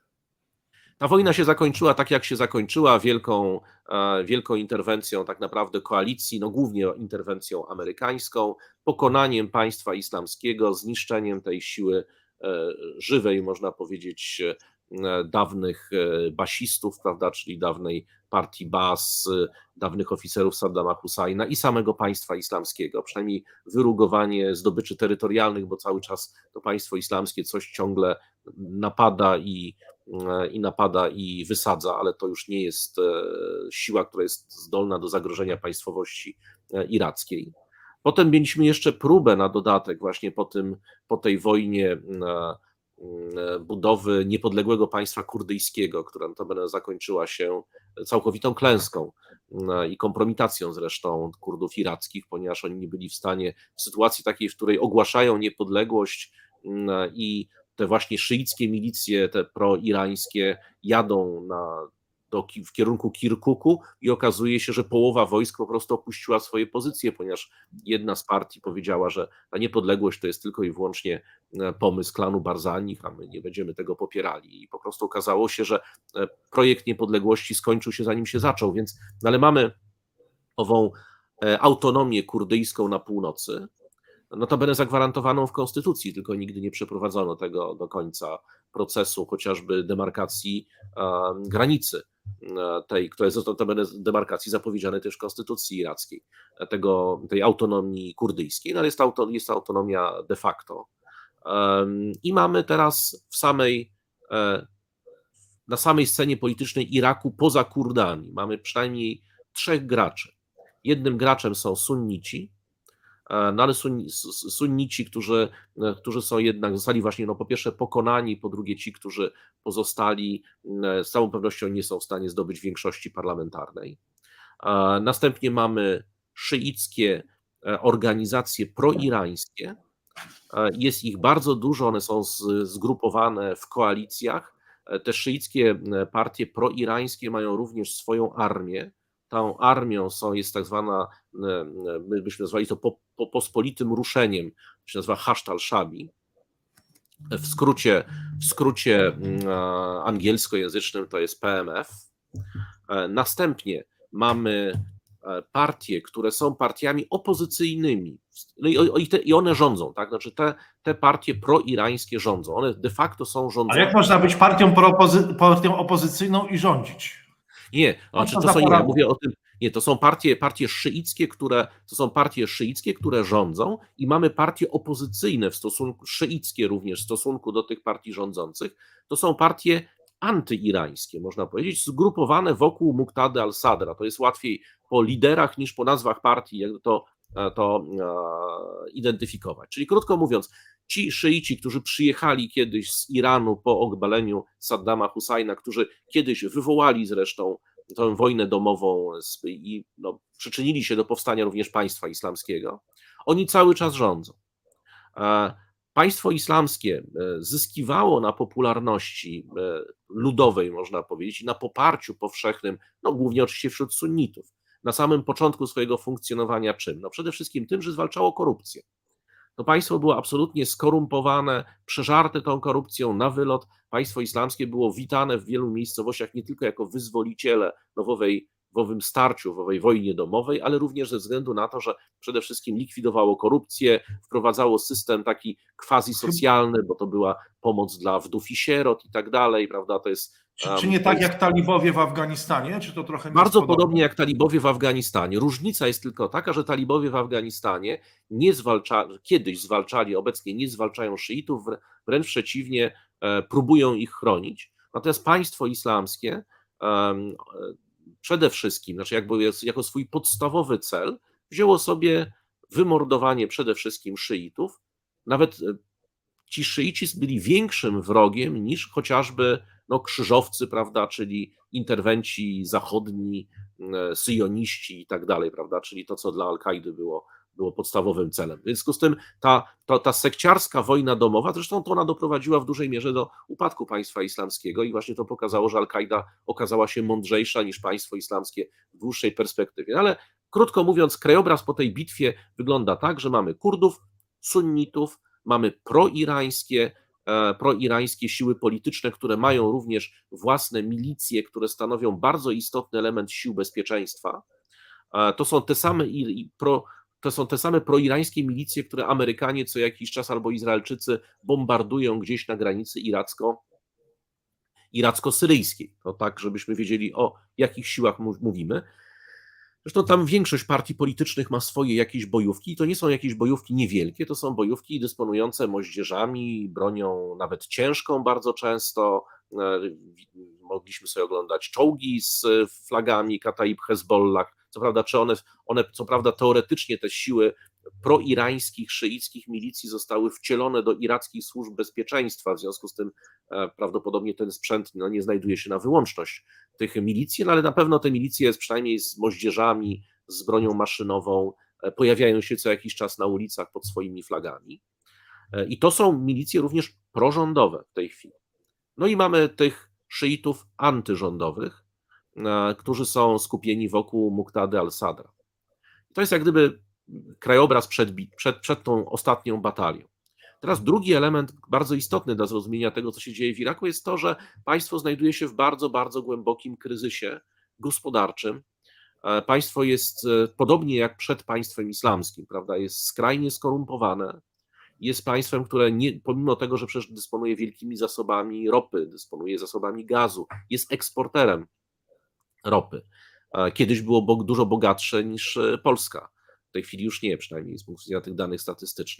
Ta wojna się zakończyła tak, jak się zakończyła, wielką, wielką interwencją tak naprawdę koalicji, no głównie interwencją amerykańską, pokonaniem państwa islamskiego, zniszczeniem tej siły żywej, można powiedzieć, dawnych basistów, prawda, czyli dawnej partii Baas, dawnych oficerów Saddama Husajna i samego państwa islamskiego, przynajmniej wyrugowanie zdobyczy terytorialnych, bo cały czas to państwo islamskie coś ciągle napada i i napada i wysadza, ale to już nie jest siła, która jest zdolna do zagrożenia państwowości irackiej. Potem mieliśmy jeszcze próbę na dodatek właśnie po, tym, po tej wojnie budowy niepodległego państwa kurdyjskiego, która notabene zakończyła się całkowitą klęską i kompromitacją zresztą Kurdów irackich, ponieważ oni nie byli w stanie w sytuacji takiej, w której ogłaszają niepodległość i te właśnie szyickie milicje, te proirańskie jadą na, do, w kierunku Kirkuku i okazuje się, że połowa wojsk po prostu opuściła swoje pozycje, ponieważ jedna z partii powiedziała, że ta niepodległość to jest tylko i wyłącznie pomysł klanu Barzanich, a my nie będziemy tego popierali. I po prostu okazało się, że projekt niepodległości skończył się zanim się zaczął, więc no ale mamy ową autonomię kurdyjską na północy, notabene zagwarantowaną w konstytucji, tylko nigdy nie przeprowadzono tego do końca procesu, chociażby demarkacji granicy, tej, która jest notabene demarkacji zapowiedzianej też w konstytucji irackiej, tego, tej autonomii kurdyjskiej, no ale jest to, jest to autonomia de facto. I mamy teraz w samej, na samej scenie politycznej Iraku poza Kurdami, mamy przynajmniej trzech graczy. Jednym graczem są sunnici, no ale sunni, sunnici, którzy, którzy są jednak, zostali właśnie no po pierwsze pokonani, po drugie ci, którzy pozostali, z całą pewnością nie są w stanie zdobyć większości parlamentarnej. Następnie mamy szyickie organizacje proirańskie. Jest ich bardzo dużo, one są zgrupowane w koalicjach. Te szyickie partie proirańskie mają również swoją armię. Tą armią są, jest tak zwana, my byśmy nazwali to po, po, pospolitym ruszeniem, to się nazywa Hashd al-Shabi. W skrócie, w skrócie angielskojęzycznym to jest P M F. Następnie mamy partie, które są partiami opozycyjnymi, no i, i, te, i one rządzą, tak? Znaczy te, te partie proirańskie rządzą, one de facto są rządzące. A jak można być partią, propozy- partią opozycyjną i rządzić? Nie, znaczy to są nie, ja mówię o tym, nie, to są partie, partie szyickie, które, to są partie szyickie, które rządzą i mamy partie opozycyjne w stosunku, szyickie również w stosunku do tych partii rządzących, to są partie antyirańskie, można powiedzieć, zgrupowane wokół Muqtady al-Sadra. To jest łatwiej po liderach niż po nazwach partii, jak to, to identyfikować. Czyli krótko mówiąc, ci szyici, którzy przyjechali kiedyś z Iranu po obaleniu Saddama Husajna, którzy kiedyś wywołali zresztą tę wojnę domową i no, przyczynili się do powstania również państwa islamskiego, oni cały czas rządzą. Państwo islamskie zyskiwało na popularności ludowej, można powiedzieć, i na poparciu powszechnym, no głównie oczywiście wśród sunnitów, na samym początku swojego funkcjonowania czym? No przede wszystkim tym, że zwalczało korupcję. To państwo było absolutnie skorumpowane, przeżarte tą korupcją na wylot. Państwo islamskie było witane w wielu miejscowościach nie tylko jako wyzwoliciele no, w, owej, w owym starciu, w owej wojnie domowej, ale również ze względu na to, że przede wszystkim likwidowało korupcję, wprowadzało system taki quasi-socjalny, bo to była pomoc dla wdów i sierot i tak dalej, prawda, to jest... Czy, czy nie tak jak talibowie w Afganistanie? Czy to trochę Bardzo podobnie jak talibowie w Afganistanie. Różnica jest tylko taka, że talibowie w Afganistanie nie zwalcza, kiedyś zwalczali, obecnie nie zwalczają szyitów, wręcz przeciwnie, próbują ich chronić. Natomiast państwo islamskie przede wszystkim, znaczy jakby jako swój podstawowy cel wzięło sobie wymordowanie przede wszystkim szyitów. Nawet ci szyici byli większym wrogiem niż chociażby no, krzyżowcy, prawda, czyli interwenci zachodni, syjoniści i tak dalej, prawda, czyli to, co dla Al-Kaidy było, było podstawowym celem. W związku z tym ta, ta, ta sekciarska wojna domowa, zresztą to ona doprowadziła w dużej mierze do upadku państwa islamskiego i właśnie to pokazało, że Al-Kaida okazała się mądrzejsza niż państwo islamskie w dłuższej perspektywie. Ale krótko mówiąc, krajobraz po tej bitwie wygląda tak, że mamy Kurdów, sunnitów, mamy proirańskie, proirańskie siły polityczne, które mają również własne milicje, które stanowią bardzo istotny element sił bezpieczeństwa. To są te same, pro, to są te same proirańskie milicje, które Amerykanie co jakiś czas albo Izraelczycy bombardują gdzieś na granicy iracko, iracko-syryjskiej. To tak, żebyśmy wiedzieli, o jakich siłach mówimy. Zresztą tam większość partii politycznych ma swoje jakieś bojówki i to nie są jakieś bojówki niewielkie, to są bojówki dysponujące moździerzami, bronią nawet ciężką bardzo często. Mogliśmy sobie oglądać czołgi z flagami Kataib Hezbollah. Co prawda, czy one, one, co prawda teoretycznie te siły proirańskich, szyickich milicji zostały wcielone do irackich służb bezpieczeństwa, w związku z tym prawdopodobnie ten sprzęt no, nie znajduje się na wyłączność tych milicji, no, ale na pewno te milicje przynajmniej z moździerzami, z bronią maszynową pojawiają się co jakiś czas na ulicach pod swoimi flagami i to są milicje również prorządowe w tej chwili. No i mamy tych szyitów antyrządowych, którzy są skupieni wokół Muqtady al-Sadra. To jest jak gdyby krajobraz przed, przed, przed tą ostatnią batalią. Teraz drugi element bardzo istotny dla zrozumienia tego, co się dzieje w Iraku, jest to, że państwo znajduje się w bardzo, bardzo głębokim kryzysie gospodarczym. Państwo jest podobnie jak przed państwem islamskim, prawda, jest skrajnie skorumpowane. Jest państwem, które nie, pomimo tego, że przecież dysponuje wielkimi zasobami ropy, dysponuje zasobami gazu, jest eksporterem ropy. Kiedyś było dużo bogatsze niż Polska. W tej chwili już nie, przynajmniej z punktu widzenia tych danych statystycznych.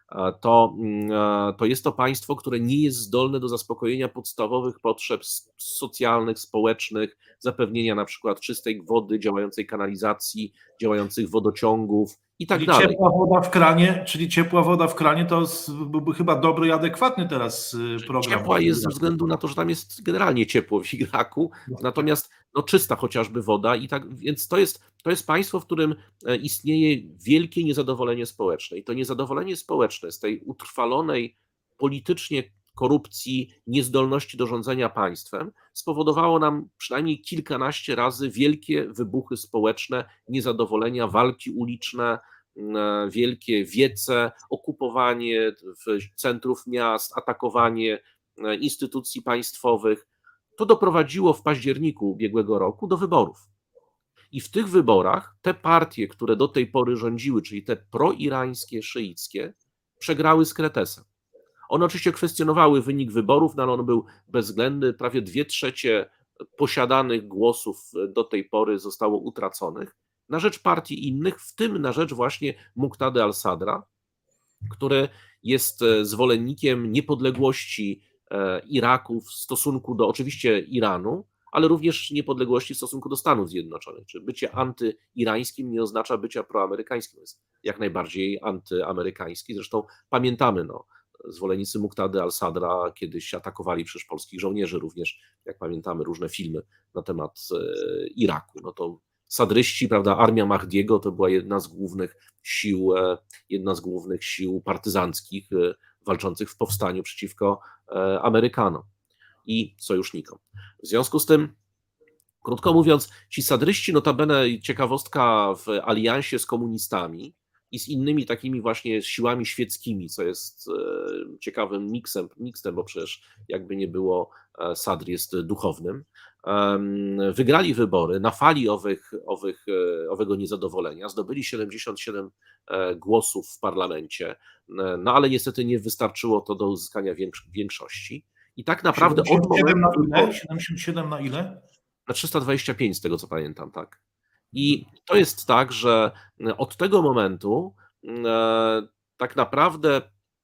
to, to jest to państwo, które nie jest zdolne do zaspokojenia podstawowych potrzeb socjalnych, społecznych, zapewnienia na przykład czystej wody, działającej kanalizacji, działających wodociągów i tak Czyli dalej. ciepła woda w kranie, czyli ciepła woda w kranie to z- byłby chyba dobry i adekwatny teraz y, program. Ciepła jest ze względu na to, że tam jest generalnie ciepło w Iraku, natomiast no, czysta chociażby woda i tak, więc to jest, to jest państwo, w którym e, istnieje wielkie niezadowolenie społeczne i to niezadowolenie społeczne z tej utrwalonej politycznie korupcji, niezdolności do rządzenia państwem spowodowało nam przynajmniej kilkanaście razy wielkie wybuchy społeczne, niezadowolenia, walki uliczne, e, wielkie wiece, okupowanie w centrów miast, atakowanie e, instytucji państwowych. To doprowadziło w październiku ubiegłego roku do wyborów. I w tych wyborach te partie, które do tej pory rządziły, czyli te proirańskie, szyickie, przegrały z kretesem. One oczywiście kwestionowały wynik wyborów, no ale on był bezwzględny. Prawie dwie trzecie posiadanych głosów do tej pory zostało utraconych na rzecz partii innych, w tym na rzecz właśnie Muqtady al-Sadra, który jest zwolennikiem niepodległości Iraku w stosunku do oczywiście Iranu, ale również niepodległości w stosunku do Stanów Zjednoczonych. Czy bycie antyirańskim nie oznacza bycia proamerykańskim, jest jak najbardziej antyamerykański. Zresztą pamiętamy, no, zwolennicy Muqtady al-Sadra kiedyś atakowali przecież polskich żołnierzy również, jak pamiętamy, różne filmy na temat Iraku. No to sadryści, prawda, armia Mahdiego to była jedna z głównych sił, jedna z głównych sił partyzanckich walczących w powstaniu przeciwko Amerykanom i sojusznikom. W związku z tym, krótko mówiąc, ci sadryści, notabene ciekawostka, w aliansie z komunistami i z innymi takimi właśnie siłami świeckimi, co jest ciekawym miksem, miksem, bo przecież jakby nie było, Sadr jest duchownym, wygrali wybory na fali owych, owych, owego niezadowolenia, zdobyli siedemdziesiąt siedem głosów w parlamencie, no ale niestety nie wystarczyło to do uzyskania większości. I tak naprawdę od siedemdziesiąt siedem na momentu, ile? siedemdziesiąt siedem na ile? na trzysta dwadzieścia pięć z tego co pamiętam, tak. I to jest tak, że od tego momentu e, tak naprawdę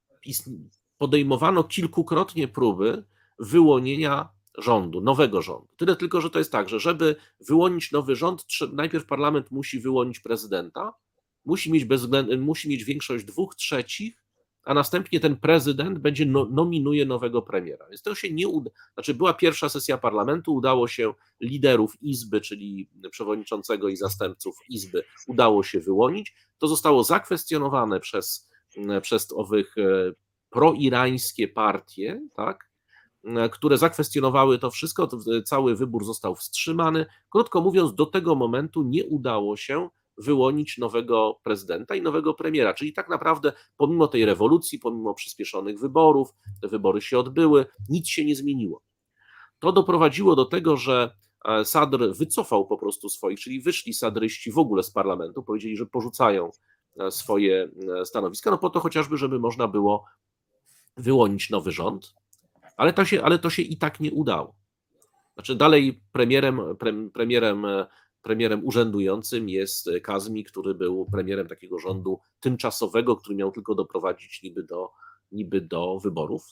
podejmowano kilkukrotnie próby wyłonienia rządu, nowego rządu. Tyle tylko, że to jest tak, że żeby wyłonić nowy rząd, najpierw parlament musi wyłonić prezydenta, musi mieć, bezwzględny, musi mieć większość dwóch trzecich, a następnie ten prezydent będzie no, nominuje nowego premiera. Więc to się nie uda. Znaczy była pierwsza sesja parlamentu, udało się liderów Izby, czyli przewodniczącego i zastępców Izby, udało się wyłonić. To zostało zakwestionowane przez, przez owych proirańskie partie, tak, które zakwestionowały to wszystko, to cały wybór został wstrzymany. Krótko mówiąc, do tego momentu nie udało się wyłonić nowego prezydenta i nowego premiera, czyli tak naprawdę pomimo tej rewolucji, pomimo przyspieszonych wyborów, te wybory się odbyły, nic się nie zmieniło. To doprowadziło do tego, że Sadr wycofał po prostu swoich, czyli wyszli sadryści w ogóle z parlamentu, powiedzieli, że porzucają swoje stanowiska, no po to chociażby, żeby można było wyłonić nowy rząd, ale to się, ale to się i tak nie udało. Znaczy dalej premierem, pre, premierem Premierem urzędującym jest Kazmi, który był premierem takiego rządu tymczasowego, który miał tylko doprowadzić niby do, niby do wyborów.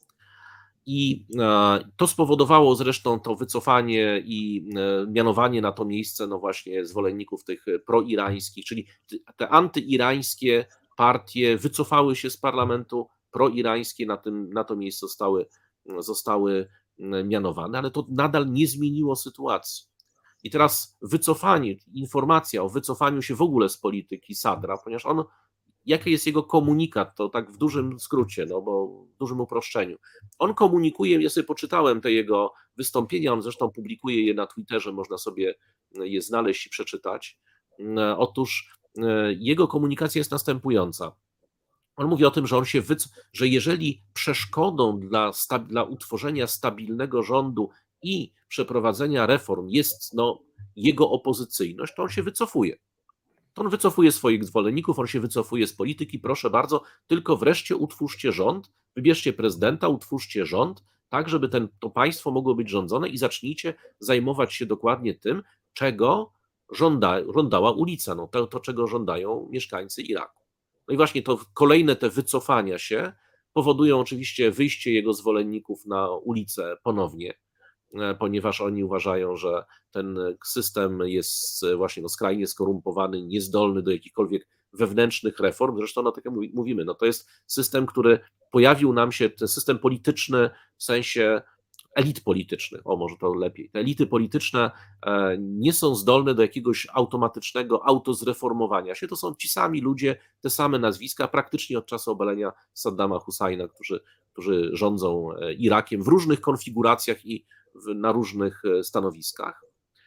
I to spowodowało zresztą to wycofanie i mianowanie na to miejsce no właśnie zwolenników tych proirańskich, czyli te antyirańskie partie wycofały się z parlamentu, proirańskie na, tym, na to miejsce zostały, zostały mianowane, ale to nadal nie zmieniło sytuacji. I teraz wycofanie, informacja o wycofaniu się w ogóle z polityki Sadra, ponieważ on, jaki jest jego komunikat, to tak w dużym skrócie, no bo w dużym uproszczeniu. On komunikuje, ja sobie poczytałem te jego wystąpienia, on zresztą publikuje je na Twitterze, można sobie je znaleźć i przeczytać. Otóż jego komunikacja jest następująca. On mówi o tym, że on się wyc- że jeżeli przeszkodą dla, sta- dla utworzenia stabilnego rządu i przeprowadzenia reform jest no, jego opozycyjność, to on się wycofuje. To on wycofuje swoich zwolenników, on się wycofuje z polityki, proszę bardzo, tylko wreszcie utwórzcie rząd, wybierzcie prezydenta, utwórzcie rząd, tak żeby ten, to państwo mogło być rządzone i zacznijcie zajmować się dokładnie tym, czego żąda, żądała ulica, no to, to czego żądają mieszkańcy Iraku. No i właśnie to kolejne te wycofania się powodują oczywiście wyjście jego zwolenników na ulicę ponownie, ponieważ oni uważają, że ten system jest właśnie no skrajnie skorumpowany, niezdolny do jakichkolwiek wewnętrznych reform. Zresztą no tak jak mówimy, no to jest system, który pojawił nam się, ten system polityczny w sensie elit politycznych, o może to lepiej. Te elity polityczne nie są zdolne do jakiegoś automatycznego autozreformowania się. To są ci sami ludzie, te same nazwiska, praktycznie od czasu obalenia Saddama Husajna, którzy, którzy rządzą Irakiem w różnych konfiguracjach i na różnych stanowiskach.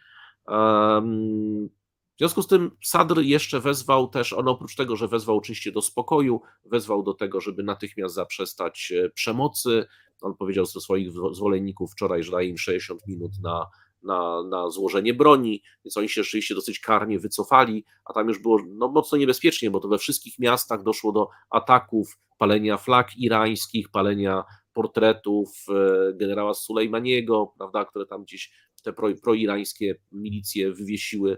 W związku z tym Sadr jeszcze wezwał też, on oprócz tego, że wezwał oczywiście do spokoju, wezwał do tego, żeby natychmiast zaprzestać przemocy. On powiedział do swoich zwolenników wczoraj, że daje im sześćdziesiąt minut na, na, na złożenie broni, więc oni się rzeczywiście dosyć karnie wycofali, a tam już było no, mocno niebezpiecznie, bo to we wszystkich miastach doszło do ataków, palenia flag irańskich, palenia portretów generała Sulejmaniego, prawda, które tam gdzieś te pro, proirańskie milicje wywiesiły.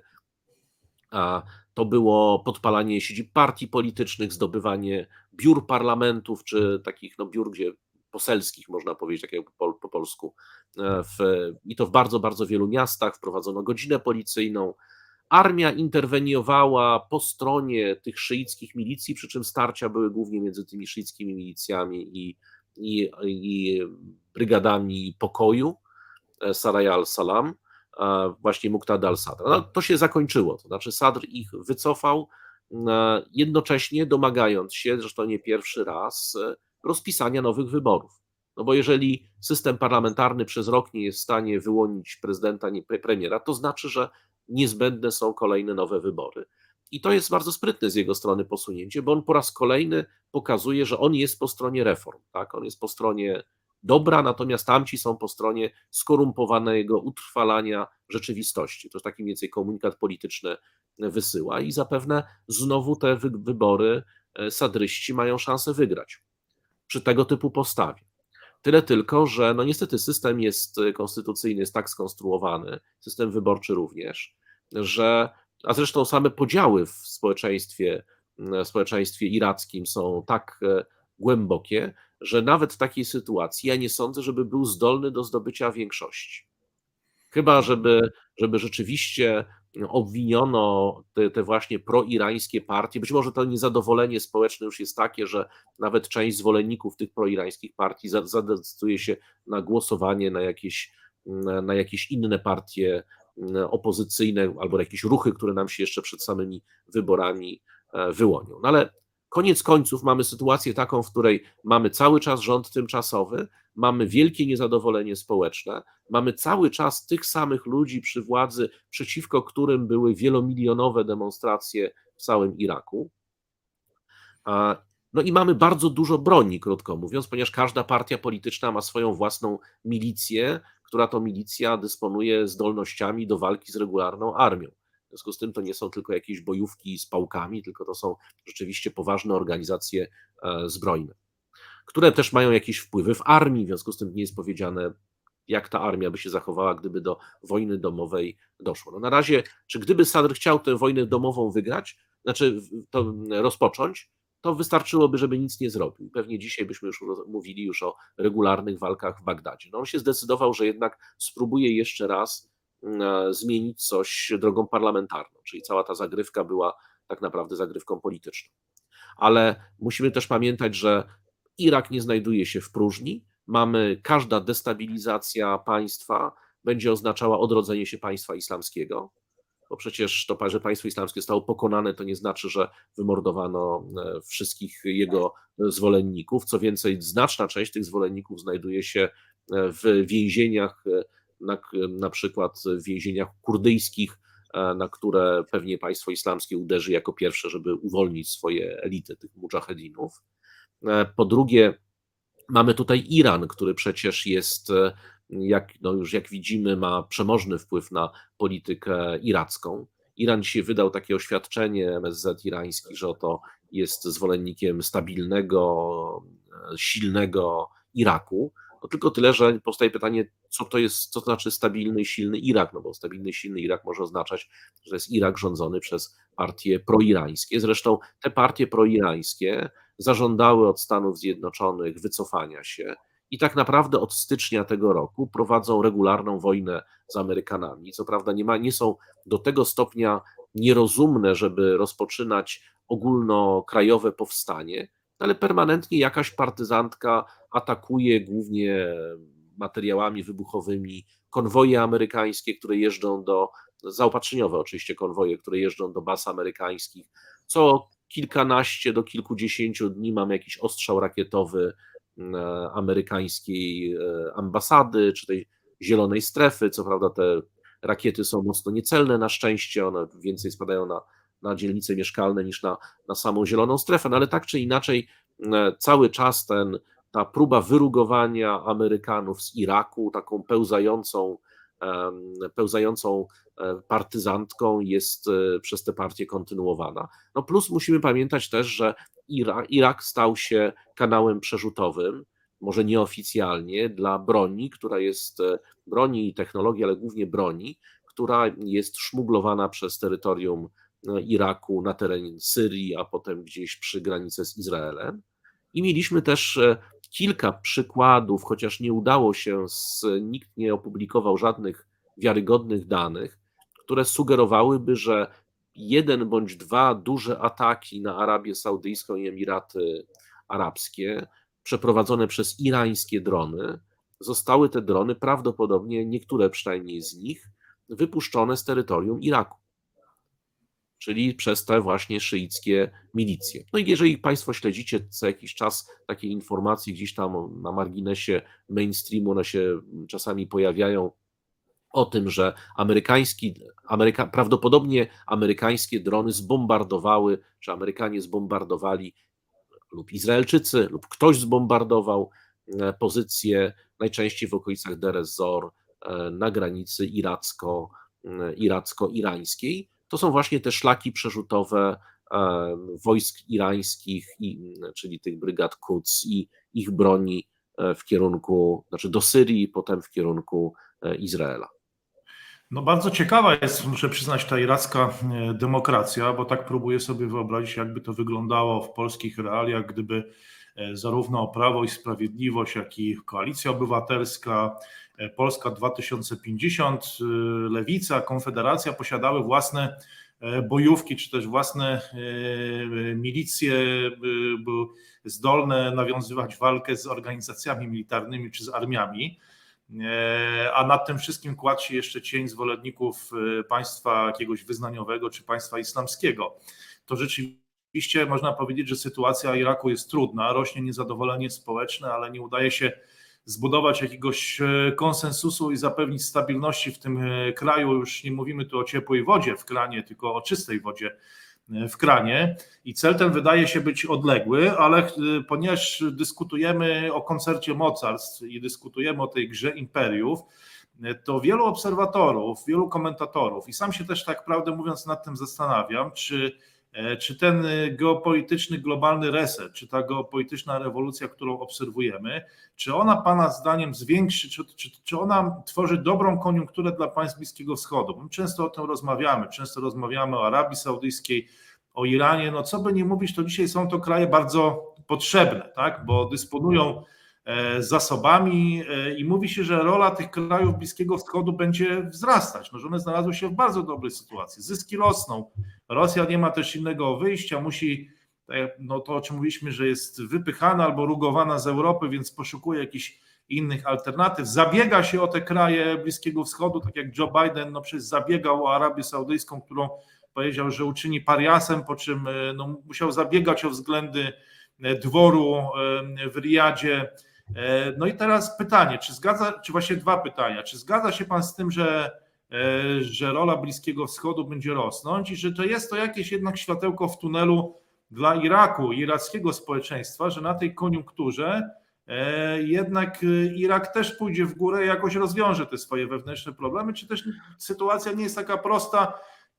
A to było podpalanie siedzib partii politycznych, zdobywanie biur parlamentów, czy takich no, biur, gdzie poselskich, można powiedzieć, tak jak po, po polsku. W, I to w bardzo, bardzo wielu miastach wprowadzono godzinę policyjną. Armia interweniowała po stronie tych szyickich milicji, przy czym starcia były głównie między tymi szyickimi milicjami i, i, i brygadami pokoju, Saraya al-Salam, właśnie Muqtada al-Sadra. No, to się zakończyło, to znaczy Sadr ich wycofał, jednocześnie domagając się, zresztą nie pierwszy raz, rozpisania nowych wyborów. No bo jeżeli system parlamentarny przez rok nie jest w stanie wyłonić prezydenta, nie premiera, to znaczy, że niezbędne są kolejne nowe wybory. I to jest bardzo sprytne z jego strony posunięcie, bo on po raz kolejny pokazuje, że on jest po stronie reform, tak? On jest po stronie dobra, natomiast tamci są po stronie skorumpowanego utrwalania rzeczywistości. To jest taki mniej więcej komunikat polityczny wysyła i zapewne znowu te wy wybory sadryści mają szansę wygrać przy tego typu postawie. Tyle tylko, że no niestety system jest konstytucyjny, jest tak skonstruowany, system wyborczy również, że, a zresztą same podziały w społeczeństwie, w społeczeństwie irackim są tak głębokie, że nawet w takiej sytuacji ja nie sądzę, żeby był zdolny do zdobycia większości. Chyba, żeby, żeby rzeczywiście obwiniono te, te właśnie proirańskie partie. Być może to niezadowolenie społeczne już jest takie, że nawet część zwolenników tych proirańskich partii zadecyduje się na głosowanie na jakieś, na jakieś inne partie opozycyjne albo jakieś ruchy, które nam się jeszcze przed samymi wyborami wyłonią. No ale koniec końców mamy sytuację taką, w której mamy cały czas rząd tymczasowy, mamy wielkie niezadowolenie społeczne, mamy cały czas tych samych ludzi przy władzy, przeciwko którym były wielomilionowe demonstracje w całym Iraku. No i mamy bardzo dużo broni, krótko mówiąc, ponieważ każda partia polityczna ma swoją własną milicję, która to milicja dysponuje zdolnościami do walki z regularną armią. W związku z tym to nie są tylko jakieś bojówki z pałkami, tylko to są rzeczywiście poważne organizacje zbrojne, które też mają jakieś wpływy w armii, w związku z tym nie jest powiedziane, jak ta armia by się zachowała, gdyby do wojny domowej doszło. No na razie, czy gdyby Sadr chciał tę wojnę domową wygrać, znaczy to rozpocząć, to wystarczyłoby, żeby nic nie zrobił. Pewnie dzisiaj byśmy już mówili już o regularnych walkach w Bagdadzie. No on się zdecydował, że jednak spróbuje jeszcze raz zmienić coś drogą parlamentarną, czyli cała ta zagrywka była tak naprawdę zagrywką polityczną. Ale musimy też pamiętać, że Irak nie znajduje się w próżni. Mamy, każda destabilizacja państwa będzie oznaczała odrodzenie się państwa islamskiego, bo przecież to, że państwo islamskie zostało pokonane, to nie znaczy, że wymordowano wszystkich jego zwolenników. Co więcej, znaczna część tych zwolenników znajduje się w więzieniach, na, na przykład w więzieniach kurdyjskich, na które pewnie państwo islamskie uderzy jako pierwsze, żeby uwolnić swoje elity, tych mudżahedinów. Po drugie, mamy tutaj Iran, który przecież jest, jak, no już jak widzimy, ma przemożny wpływ na politykę iracką. Iran dzisiaj wydał takie oświadczenie, M S Z irański, że oto jest zwolennikiem stabilnego, silnego Iraku. No tylko tyle, że powstaje pytanie, co to jest, co to znaczy stabilny i silny Irak, no bo stabilny i silny Irak może oznaczać, że to jest Irak rządzony przez partie proirańskie. Zresztą te partie proirańskie zażądały od Stanów Zjednoczonych wycofania się i tak naprawdę od stycznia tego roku prowadzą regularną wojnę z Amerykanami. Co prawda nie, ma, nie są do tego stopnia nierozumne, żeby rozpoczynać ogólnokrajowe powstanie, ale permanentnie jakaś partyzantka atakuje głównie materiałami wybuchowymi konwoje amerykańskie, które jeżdżą do, zaopatrzeniowe oczywiście konwoje, które jeżdżą do baz amerykańskich. Co kilkanaście do kilkudziesięciu dni mamy jakiś ostrzał rakietowy amerykańskiej ambasady, czy tej zielonej strefy. Co prawda te rakiety są mocno niecelne na szczęście, one więcej spadają na, na dzielnice mieszkalne niż na, na samą zieloną strefę, no ale tak czy inaczej cały czas ten, ta próba wyrugowania Amerykanów z Iraku, taką pełzającą, pełzającą partyzantką jest przez tę partię kontynuowana. No plus musimy pamiętać też, że Irak, Irak stał się kanałem przerzutowym, może nieoficjalnie, dla broni, która jest, broni i technologii, ale głównie broni, która jest szmuglowana przez terytorium Iraku na teren Syrii, a potem gdzieś przy granicy z Izraelem. I mieliśmy też kilka przykładów, chociaż nie udało się, z, nikt nie opublikował żadnych wiarygodnych danych, które sugerowałyby, że jeden bądź dwa duże ataki na Arabię Saudyjską i Emiraty Arabskie, przeprowadzone przez irańskie drony, zostały te drony, prawdopodobnie niektóre przynajmniej z nich, wypuszczone z terytorium Iraku, czyli przez te właśnie szyickie milicje. No i jeżeli Państwo śledzicie co jakiś czas takie informacje gdzieś tam na marginesie mainstreamu, one się czasami pojawiają o tym, że amerykański, Ameryka, prawdopodobnie amerykańskie drony zbombardowały, czy Amerykanie zbombardowali lub Izraelczycy, lub ktoś zbombardował pozycje najczęściej w okolicach Deir ez-Zor na granicy iracko, iracko-irańskiej. To są właśnie te szlaki przerzutowe wojsk irańskich, czyli tych brygad Quds i ich broni w kierunku, znaczy do Syrii, potem w kierunku Izraela. No bardzo ciekawa jest, muszę przyznać, ta iracka demokracja, bo tak próbuję sobie wyobrazić, jakby to wyglądało w polskich realiach, gdyby zarówno Prawo i Sprawiedliwość, jak i Koalicja Obywatelska, Polska dwa tysiące pięćdziesiąt, Lewica, Konfederacja posiadały własne bojówki, czy też własne milicje zdolne nawiązywać walkę z organizacjami militarnymi czy z armiami. A nad tym wszystkim kładł się jeszcze cień zwolenników państwa jakiegoś wyznaniowego czy państwa islamskiego. To rzeczywiście można powiedzieć, że sytuacja Iraku jest trudna, rośnie niezadowolenie społeczne, ale nie udaje się zbudować jakiegoś konsensusu i zapewnić stabilności w tym kraju. Już nie mówimy tu o ciepłej wodzie w kranie, tylko o czystej wodzie w kranie i cel ten wydaje się być odległy, ale ponieważ dyskutujemy o koncercie mocarstw i dyskutujemy o tej grze imperiów, to wielu obserwatorów, wielu komentatorów i sam się też tak prawdę mówiąc nad tym zastanawiam, czy, czy ten geopolityczny globalny reset, czy ta geopolityczna rewolucja, którą obserwujemy, czy ona Pana zdaniem zwiększy, czy, czy, czy ona tworzy dobrą koniunkturę dla państw Bliskiego Wschodu? My często o tym rozmawiamy, często rozmawiamy o Arabii Saudyjskiej, o Iranie, no co by nie mówić, to dzisiaj są to kraje bardzo potrzebne, tak? Bo dysponują zasobami i mówi się, że rola tych krajów Bliskiego Wschodu będzie wzrastać, no, że one znalazły się w bardzo dobrej sytuacji, zyski rosną, Rosja nie ma też innego wyjścia, musi, no to o czym mówiliśmy, że jest wypychana albo rugowana z Europy, więc poszukuje jakichś innych alternatyw, zabiega się o te kraje Bliskiego Wschodu, tak jak Joe Biden, no przecież zabiegał o Arabię Saudyjską, którą powiedział, że uczyni pariasem, po czym no, musiał zabiegać o względy dworu w Riyadzie. No i teraz pytanie, czy zgadza, czy właśnie dwa pytania, czy zgadza się Pan z tym, że, że rola Bliskiego Wschodu będzie rosnąć i że to jest to jakieś jednak światełko w tunelu dla Iraku i irackiego społeczeństwa, że na tej koniunkturze jednak Irak też pójdzie w górę i jakoś rozwiąże te swoje wewnętrzne problemy, czy też sytuacja nie jest taka prosta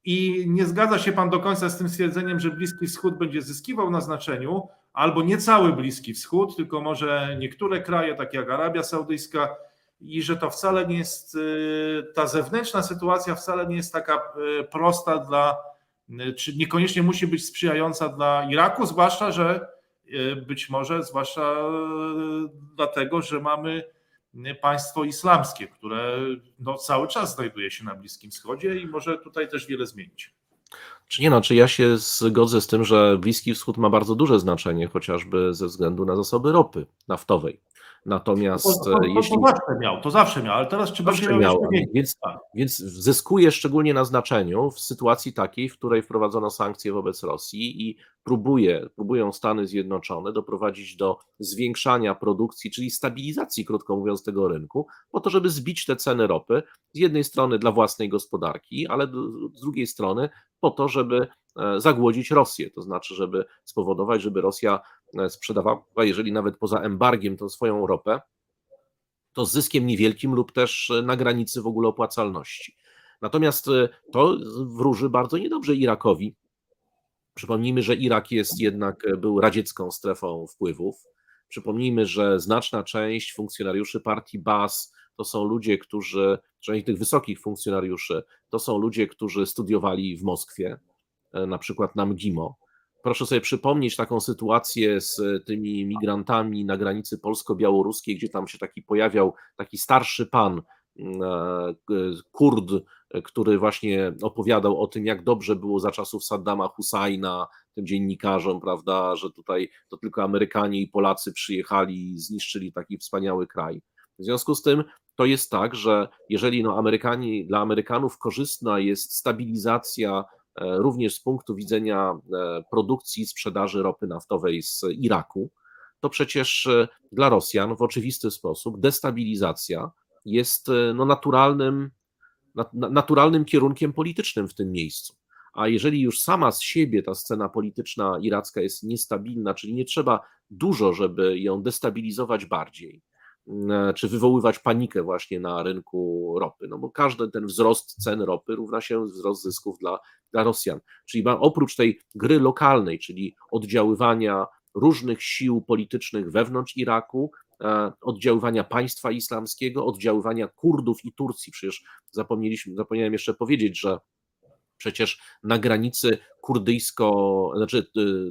I nie zgadza się pan do końca z tym stwierdzeniem, że Bliski Wschód będzie zyskiwał na znaczeniu, albo nie cały Bliski Wschód, tylko może niektóre kraje, takie jak Arabia Saudyjska, i że to wcale nie jest, ta zewnętrzna sytuacja wcale nie jest taka prosta dla, czy niekoniecznie musi być sprzyjająca dla Iraku, zwłaszcza, że być może, zwłaszcza dlatego, że mamy państwo islamskie, które no, cały czas znajduje się na Bliskim Wschodzie i może tutaj też wiele zmienić. Czy nie, no, czy ja się zgodzę z tym, że Bliski Wschód ma bardzo duże znaczenie, chociażby ze względu na zasoby ropy naftowej. Natomiast to, to, to, jeśli... to zawsze miał, to zawsze miał, ale teraz czy będzie miał jeszcze więcej? Więc, więc zyskuje szczególnie na znaczeniu w sytuacji takiej, w której wprowadzono sankcje wobec Rosji i próbuje, próbują Stany Zjednoczone doprowadzić do zwiększania produkcji, czyli stabilizacji, krótko mówiąc, tego rynku, po to, żeby zbić te ceny ropy z jednej strony dla własnej gospodarki, ale z drugiej strony po to, żeby zagłodzić Rosję, to znaczy, żeby spowodować, żeby Rosja sprzedawała, jeżeli nawet poza embargiem, tą swoją ropę, to z zyskiem niewielkim lub też na granicy w ogóle opłacalności. Natomiast to wróży bardzo niedobrze Irakowi. Przypomnijmy, że Irak jest jednak, był radziecką strefą wpływów. Przypomnijmy, że znaczna część funkcjonariuszy partii Baas to są ludzie, którzy, przynajmniej tych wysokich funkcjonariuszy, to są ludzie, którzy studiowali w Moskwie, na przykład na MGIMO. Proszę sobie przypomnieć taką sytuację z tymi migrantami na granicy polsko-białoruskiej, gdzie tam się taki pojawiał taki starszy pan, Kurd, który właśnie opowiadał o tym, jak dobrze było za czasów Saddama Husajna, tym dziennikarzom, prawda, że tutaj to tylko Amerykanie i Polacy przyjechali i zniszczyli taki wspaniały kraj. W związku z tym to jest tak, że jeżeli no Amerykanie, dla Amerykanów korzystna jest stabilizacja również z punktu widzenia produkcji i sprzedaży ropy naftowej z Iraku, to przecież dla Rosjan w oczywisty sposób destabilizacja jest no naturalnym, naturalnym kierunkiem politycznym w tym miejscu. A jeżeli już sama z siebie ta scena polityczna iracka jest niestabilna, czyli nie trzeba dużo, żeby ją destabilizować bardziej, czy wywoływać panikę właśnie na rynku ropy, no bo każdy ten wzrost cen ropy równa się wzrost zysków dla, dla Rosjan. Czyli oprócz tej gry lokalnej, czyli oddziaływania różnych sił politycznych wewnątrz Iraku, oddziaływania państwa islamskiego, oddziaływania Kurdów i Turcji. Przecież zapomnieliśmy, zapomniałem jeszcze powiedzieć, że przecież na granicy kurdyjsko, znaczy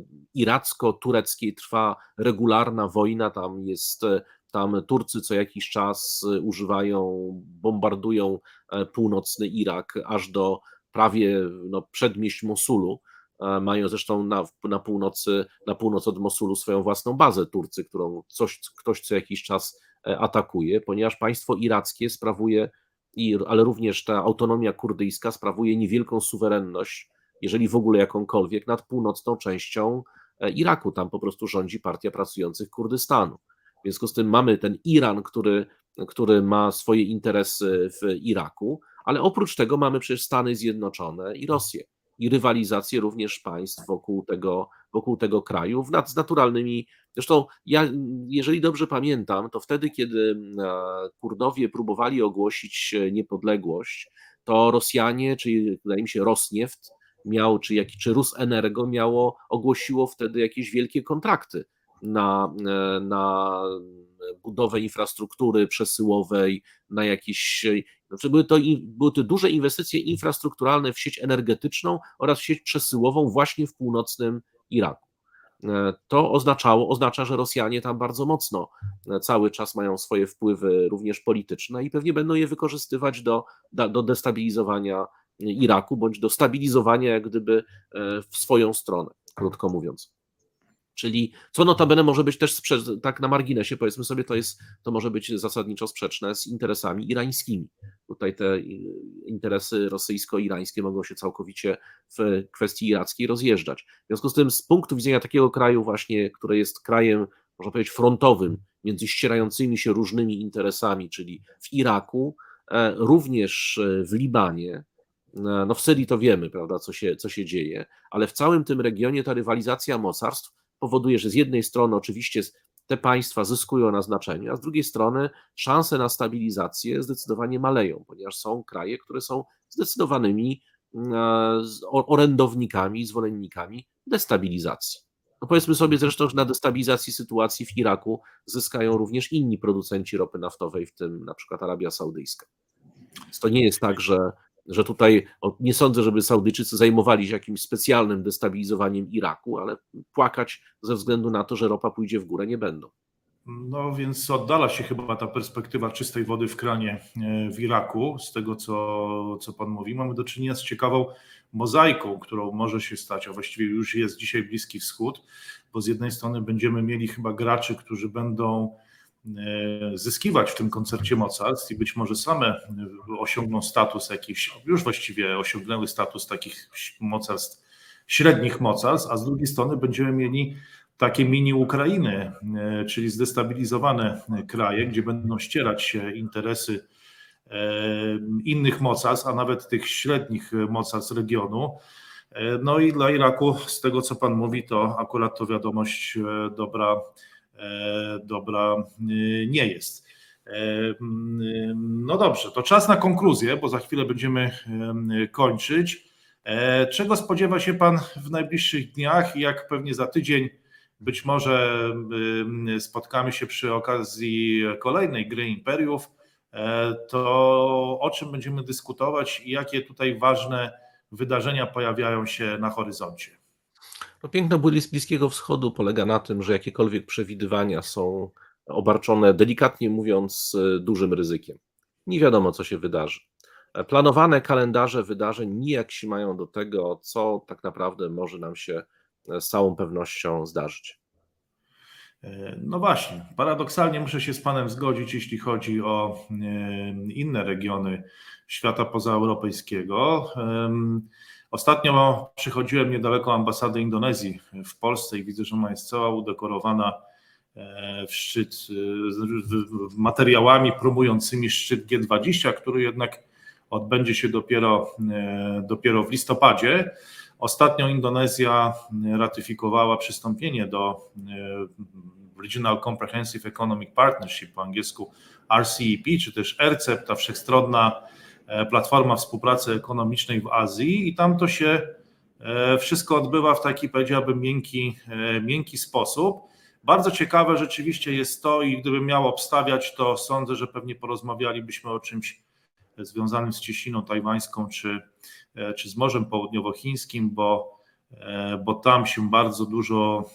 iracko-tureckiej trwa regularna wojna, tam jest, tam Turcy co jakiś czas używają, bombardują północny Irak aż do prawie no, przedmieść Mosulu. Mają zresztą na, na, północy, na północ od Mosulu swoją własną bazę Turcy, którą coś, ktoś co jakiś czas atakuje, ponieważ państwo irackie sprawuje, i, ale również ta autonomia kurdyjska sprawuje niewielką suwerenność, jeżeli w ogóle jakąkolwiek, nad północną częścią Iraku. Tam po prostu rządzi Partia Pracujących Kurdystanu. W związku z tym mamy ten Iran, który, który ma swoje interesy w Iraku, ale oprócz tego mamy przecież Stany Zjednoczone i Rosję. I rywalizację również państw wokół tego, wokół tego kraju nad, z naturalnymi. Zresztą ja, jeżeli dobrze pamiętam, to wtedy, kiedy Kurdowie próbowali ogłosić niepodległość, to Rosjanie, czyli wydaje mi się Rosnieft miał, czy, jak, czy Rusenergo miało, ogłosiło wtedy jakieś wielkie kontrakty na, na budowę infrastruktury przesyłowej, na jakieś, znaczy były, to, były to duże inwestycje infrastrukturalne w sieć energetyczną oraz w sieć przesyłową właśnie w północnym Iraku. To oznaczało, oznacza, że Rosjanie tam bardzo mocno cały czas mają swoje wpływy również polityczne i pewnie będą je wykorzystywać do, do destabilizowania Iraku bądź do stabilizowania jak gdyby w swoją stronę, krótko mówiąc. Czyli co notabene może być też, tak na marginesie powiedzmy sobie, to, jest, to może być zasadniczo sprzeczne z interesami irańskimi. Tutaj te interesy rosyjsko-irańskie mogą się całkowicie w kwestii irackiej rozjeżdżać. W związku z tym z punktu widzenia takiego kraju właśnie, który jest krajem, można powiedzieć, frontowym między ścierającymi się różnymi interesami, czyli w Iraku, również w Libanie, no w Syrii to wiemy, prawda, co się, co się dzieje, ale w całym tym regionie ta rywalizacja mocarstw powoduje, że z jednej strony oczywiście te państwa zyskują na znaczeniu, a z drugiej strony szanse na stabilizację zdecydowanie maleją, ponieważ są kraje, które są zdecydowanymi z orędownikami, zwolennikami destabilizacji. No powiedzmy sobie zresztą, że na destabilizacji sytuacji w Iraku zyskają również inni producenci ropy naftowej, w tym na przykład Arabia Saudyjska. Więc to nie jest tak, że, że tutaj nie sądzę, żeby Saudyjczycy zajmowali się jakimś specjalnym destabilizowaniem Iraku, ale płakać ze względu na to, że ropa pójdzie w górę, nie będą. No więc oddala się chyba ta perspektywa czystej wody w kranie w Iraku, z tego co, co pan mówi. Mamy do czynienia z ciekawą mozaiką, którą może się stać, a właściwie już jest dzisiaj Bliski Wschód, bo z jednej strony będziemy mieli chyba graczy, którzy będą zyskiwać w tym koncercie mocarstw i być może same osiągną status jakichś, już właściwie osiągnęły status takich mocarstw, średnich mocarstw, a z drugiej strony będziemy mieli takie mini Ukrainy, czyli zdestabilizowane kraje, gdzie będą ścierać się interesy innych mocarstw, a nawet tych średnich mocarstw regionu. No i dla Iraku, z tego co pan mówi, to akurat to wiadomość dobra, dobra nie jest. No dobrze, to czas na konkluzję, bo za chwilę będziemy kończyć. Czego spodziewa się pan w najbliższych dniach i jak pewnie za tydzień być może spotkamy się przy okazji kolejnej gry imperiów, to o czym będziemy dyskutować i jakie tutaj ważne wydarzenia pojawiają się na horyzoncie? No, piękno Bliskiego Wschodu polega na tym, że jakiekolwiek przewidywania są obarczone, delikatnie mówiąc, dużym ryzykiem. Nie wiadomo, co się wydarzy. Planowane kalendarze wydarzeń nijak się mają do tego, co tak naprawdę może nam się z całą pewnością zdarzyć. No właśnie, paradoksalnie muszę się z panem zgodzić, jeśli chodzi o inne regiony świata pozaeuropejskiego. Ostatnio przychodziłem niedaleko ambasady Indonezji w Polsce i widzę, że ona jest cała udekorowana w szczyt materiałami promującymi szczyt G dwadzieścia, który jednak odbędzie się dopiero, dopiero w listopadzie. Ostatnio Indonezja ratyfikowała przystąpienie do Regional Comprehensive Economic Partnership, po angielsku R C E P, czy też R C E P, ta wszechstronna platforma współpracy ekonomicznej w Azji, i tam to się wszystko odbywa w taki, powiedziałbym, miękki, miękki sposób. Bardzo ciekawe rzeczywiście jest to, i gdybym miał obstawiać, to sądzę, że pewnie porozmawialibyśmy o czymś związanym z cieśniną tajwańską czy, czy z Morzem Południowochińskim, bo, bo tam się bardzo dużo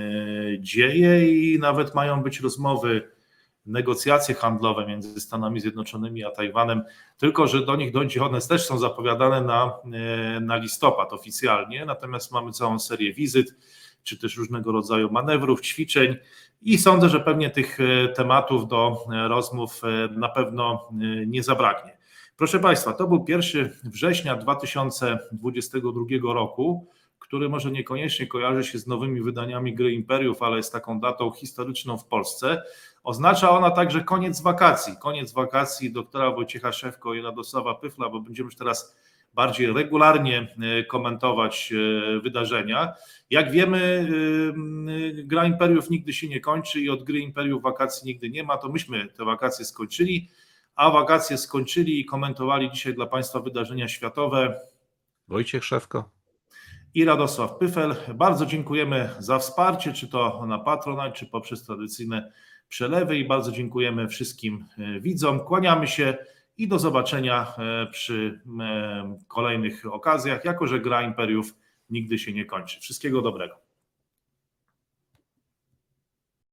dzieje i nawet mają być rozmowy, negocjacje handlowe między Stanami Zjednoczonymi a Tajwanem, tylko że do nich dojdzie, one też są zapowiadane na, na listopad oficjalnie, natomiast mamy całą serię wizyt, czy też różnego rodzaju manewrów, ćwiczeń i sądzę, że pewnie tych tematów do rozmów na pewno nie zabraknie. Proszę Państwa, to był pierwszy września dwa tysiące dwudziestego drugiego roku, który może niekoniecznie kojarzy się z nowymi wydaniami Gry Imperiów, ale jest taką datą historyczną w Polsce. Oznacza ona także koniec wakacji, koniec wakacji doktora Wojciecha Szewko i Radosława Pyfla, bo będziemy już teraz bardziej regularnie komentować wydarzenia. Jak wiemy, Gra Imperiów nigdy się nie kończy i od Gry Imperiów wakacji nigdy nie ma, to myśmy te wakacje skończyli, a wakacje skończyli i komentowali dzisiaj dla Państwa wydarzenia światowe Wojciech Szewko i Radosław Pyfel. Bardzo dziękujemy za wsparcie, czy to na Patronite, czy poprzez tradycyjne przelewy, i bardzo dziękujemy wszystkim widzom. Kłaniamy się i do zobaczenia przy kolejnych okazjach, jako że Gra Imperiów nigdy się nie kończy. Wszystkiego dobrego.